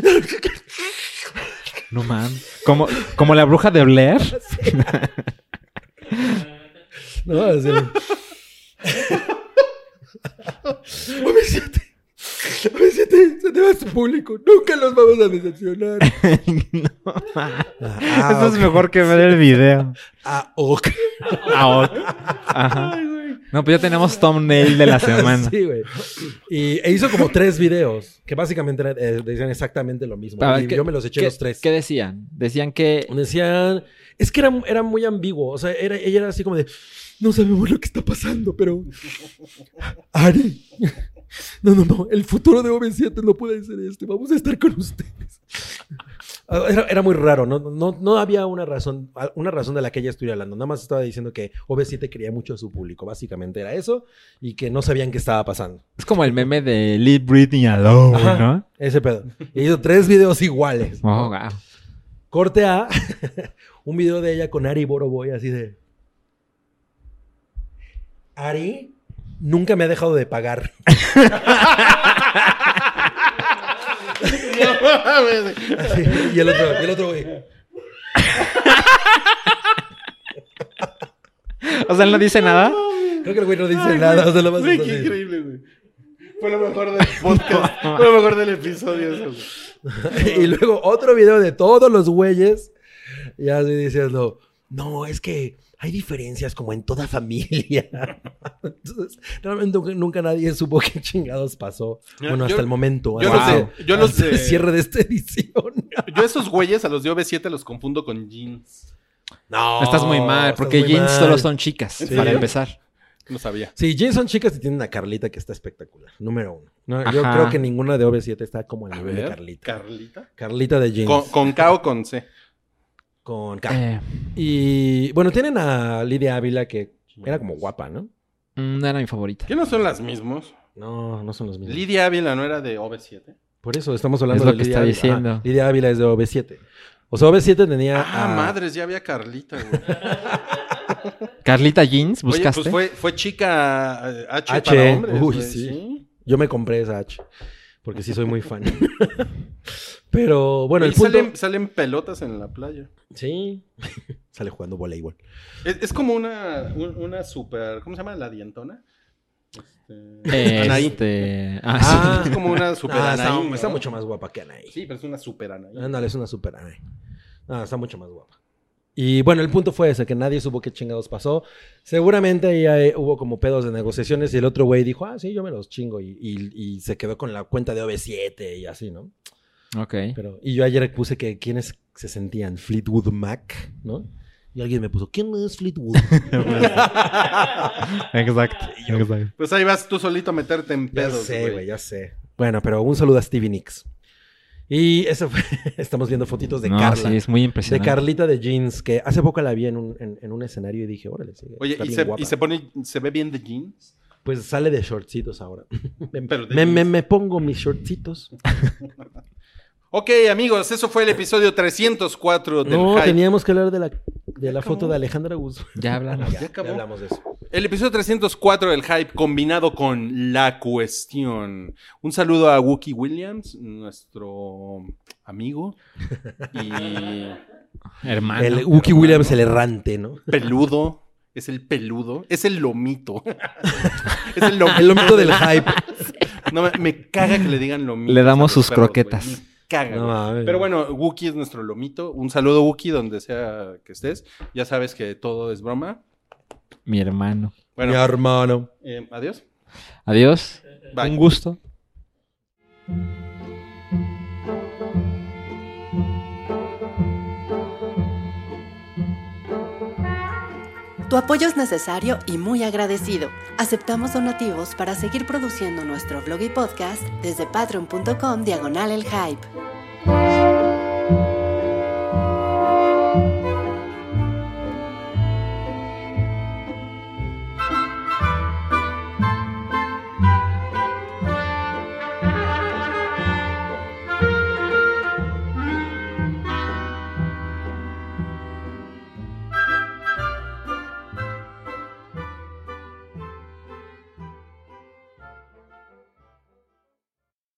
No mames. Como, como la bruja de Blair. No, así. O V siete. O V siete, se te va a su público. Nunca los vamos a decepcionar. No mames. Ah, Eso ok. es mejor que ver el video. Ah, ok. Ah, ok. Ajá. No, pues ya tenemos thumbnail de la semana. Sí, güey. Y e hizo como tres videos que básicamente era- eh, decían exactamente lo mismo. A ver, Y ¿qué- yo me los eché qué- los tres. ¿Qué decían? Decían que... Decían, es que era, era muy ambiguo. O sea, era, ella era así como de, no sabemos lo que está pasando, pero... Ari, no, no, no, el futuro de O V siete no puede ser este. Vamos a estar con ustedes. Ah, Era, era muy raro, no, no, no había una razón, una razón de la que ella estuviera hablando. Nada más estaba diciendo que O V siete quería mucho a su público. Básicamente era eso. Y que no sabían qué estaba pasando. Es como el meme de Leave Britney Alone, Ajá. ¿no? Ese pedo. Y hizo tres videos iguales. Oh, wow. Corte A, un video de ella con Ari Boroboy, así de... Ari nunca me ha dejado de pagar. No mames. Así, y el otro, y el otro güey. O sea, él no dice nada. Creo que el güey no dice nada. O sea, lo más Güey, es qué así. increíble, güey. Fue lo mejor del podcast. Fue lo mejor del episodio eso, güey. Y luego otro video de todos los güeyes. Y así diciendo, no, es que hay diferencias como en toda familia. Entonces, realmente nunca, nunca nadie supo qué chingados pasó. Mira, Bueno, yo- hasta el momento. yo hasta- los de- yo los hasta el de- cierre de esta edición. Yo esos güeyes, a los de O V siete, los confundo con jeans. No, Estás muy mal, estás porque muy jeans mal. solo son chicas, ¿Sí? para empezar. No sabía. Sí, jeans son chicas y tienen a Carlita que está espectacular. Número uno. No, yo Ajá. creo que ninguna de O V siete está como al A nivel de ver, Carlita. Carlita. Carlita de jeans. Con, Con, con K o con C. K. Eh, Y bueno, tienen a Lidia Ávila que era como guapa, ¿no? mm, no era mi favorita. ¿Qué no son las mismos? No, no son los mismos. Lidia Ávila no era de O V siete. Por eso estamos hablando Es lo de que Lidia está Ávila. diciendo. Ajá, Lidia Ávila es de O V siete. O sea, O V siete tenía Ah, a- madres, ya había Carlita, güey. Carlita Jeans, Oye, ¿buscaste? pues fue, fue chica eh, H, H, para hombres. uy, güey, sí. Yo me compré esa H. Porque sí soy muy fan. Pero bueno, Güey, el punto... salen, salen pelotas en la playa. Sí. Sale jugando voleibol. Es, es como una, un- una super... ¿Cómo se llama? ¿La dientona? Este, Anaí. Este... Ah, Ah, Es como una super Ah, está, Anaí, ¿no? está mucho más guapa que Anaí. Sí, pero es una super Anaí. Ándale, es una super Anaí. Ah, está mucho más guapa. Y bueno, el punto fue ese, que nadie supo qué chingados pasó. Seguramente ahí eh, hubo como pedos de negociaciones y el otro güey dijo, ah, sí, yo me los chingo. Y, y- y se quedó con la cuenta de O V siete y así, ¿no? sí. Ok. Pero, y yo ayer puse que quienes se sentían Fleetwood Mac, ¿no? Y alguien me puso, ¿quién es Fleetwood? Exacto. Exacto. Pues ahí vas tú solito a meterte en Ya pedos, sé, güey, ya sé. Bueno, pero un saludo a Stevie Nicks. Y eso fue, estamos viendo fotitos de No, Carla. sí, es muy De impresionante. Carlita de Jeans, que hace poco la vi en un, en, en un escenario y dije, órale, sí, Oye, está ¿y bien se, guapa. ¿y se pone, se ve bien de jeans? Pues sale de shortcitos ahora. me, Pero de me, jeans. me- me pongo mis shortcitos. Ok, amigos, eso fue el episodio trescientos cuatro del No, Hype. teníamos que hablar de la, de la ¿Cómo? foto de Alejandra Guzmán. Ya hablamos. Ya, ¿Ya acabó? ya hablamos de eso. El episodio trescientos cuatro del Hype combinado con La Cuestión. Un saludo a Wookie Williams, nuestro amigo. Y Hermano. El Wookie Williams, el errante, ¿no? peludo. Es el peludo. Es el lomito. es el lomito, El lomito del hype. No, me, me caga que le digan lomito. Le damos a los sus perros, croquetas. güey. Me caga, No, güey. mames. Pero bueno, Wookie es nuestro lomito. Un saludo, Wookie, donde sea que estés. Ya sabes que todo es broma. Mi hermano. Bueno, Mi hermano. eh, adiós. Adiós. Bye. Un gusto. Tu apoyo es necesario y muy agradecido. Aceptamos donativos para seguir produciendo nuestro blog y podcast desde patreon punto com diagonal el hype.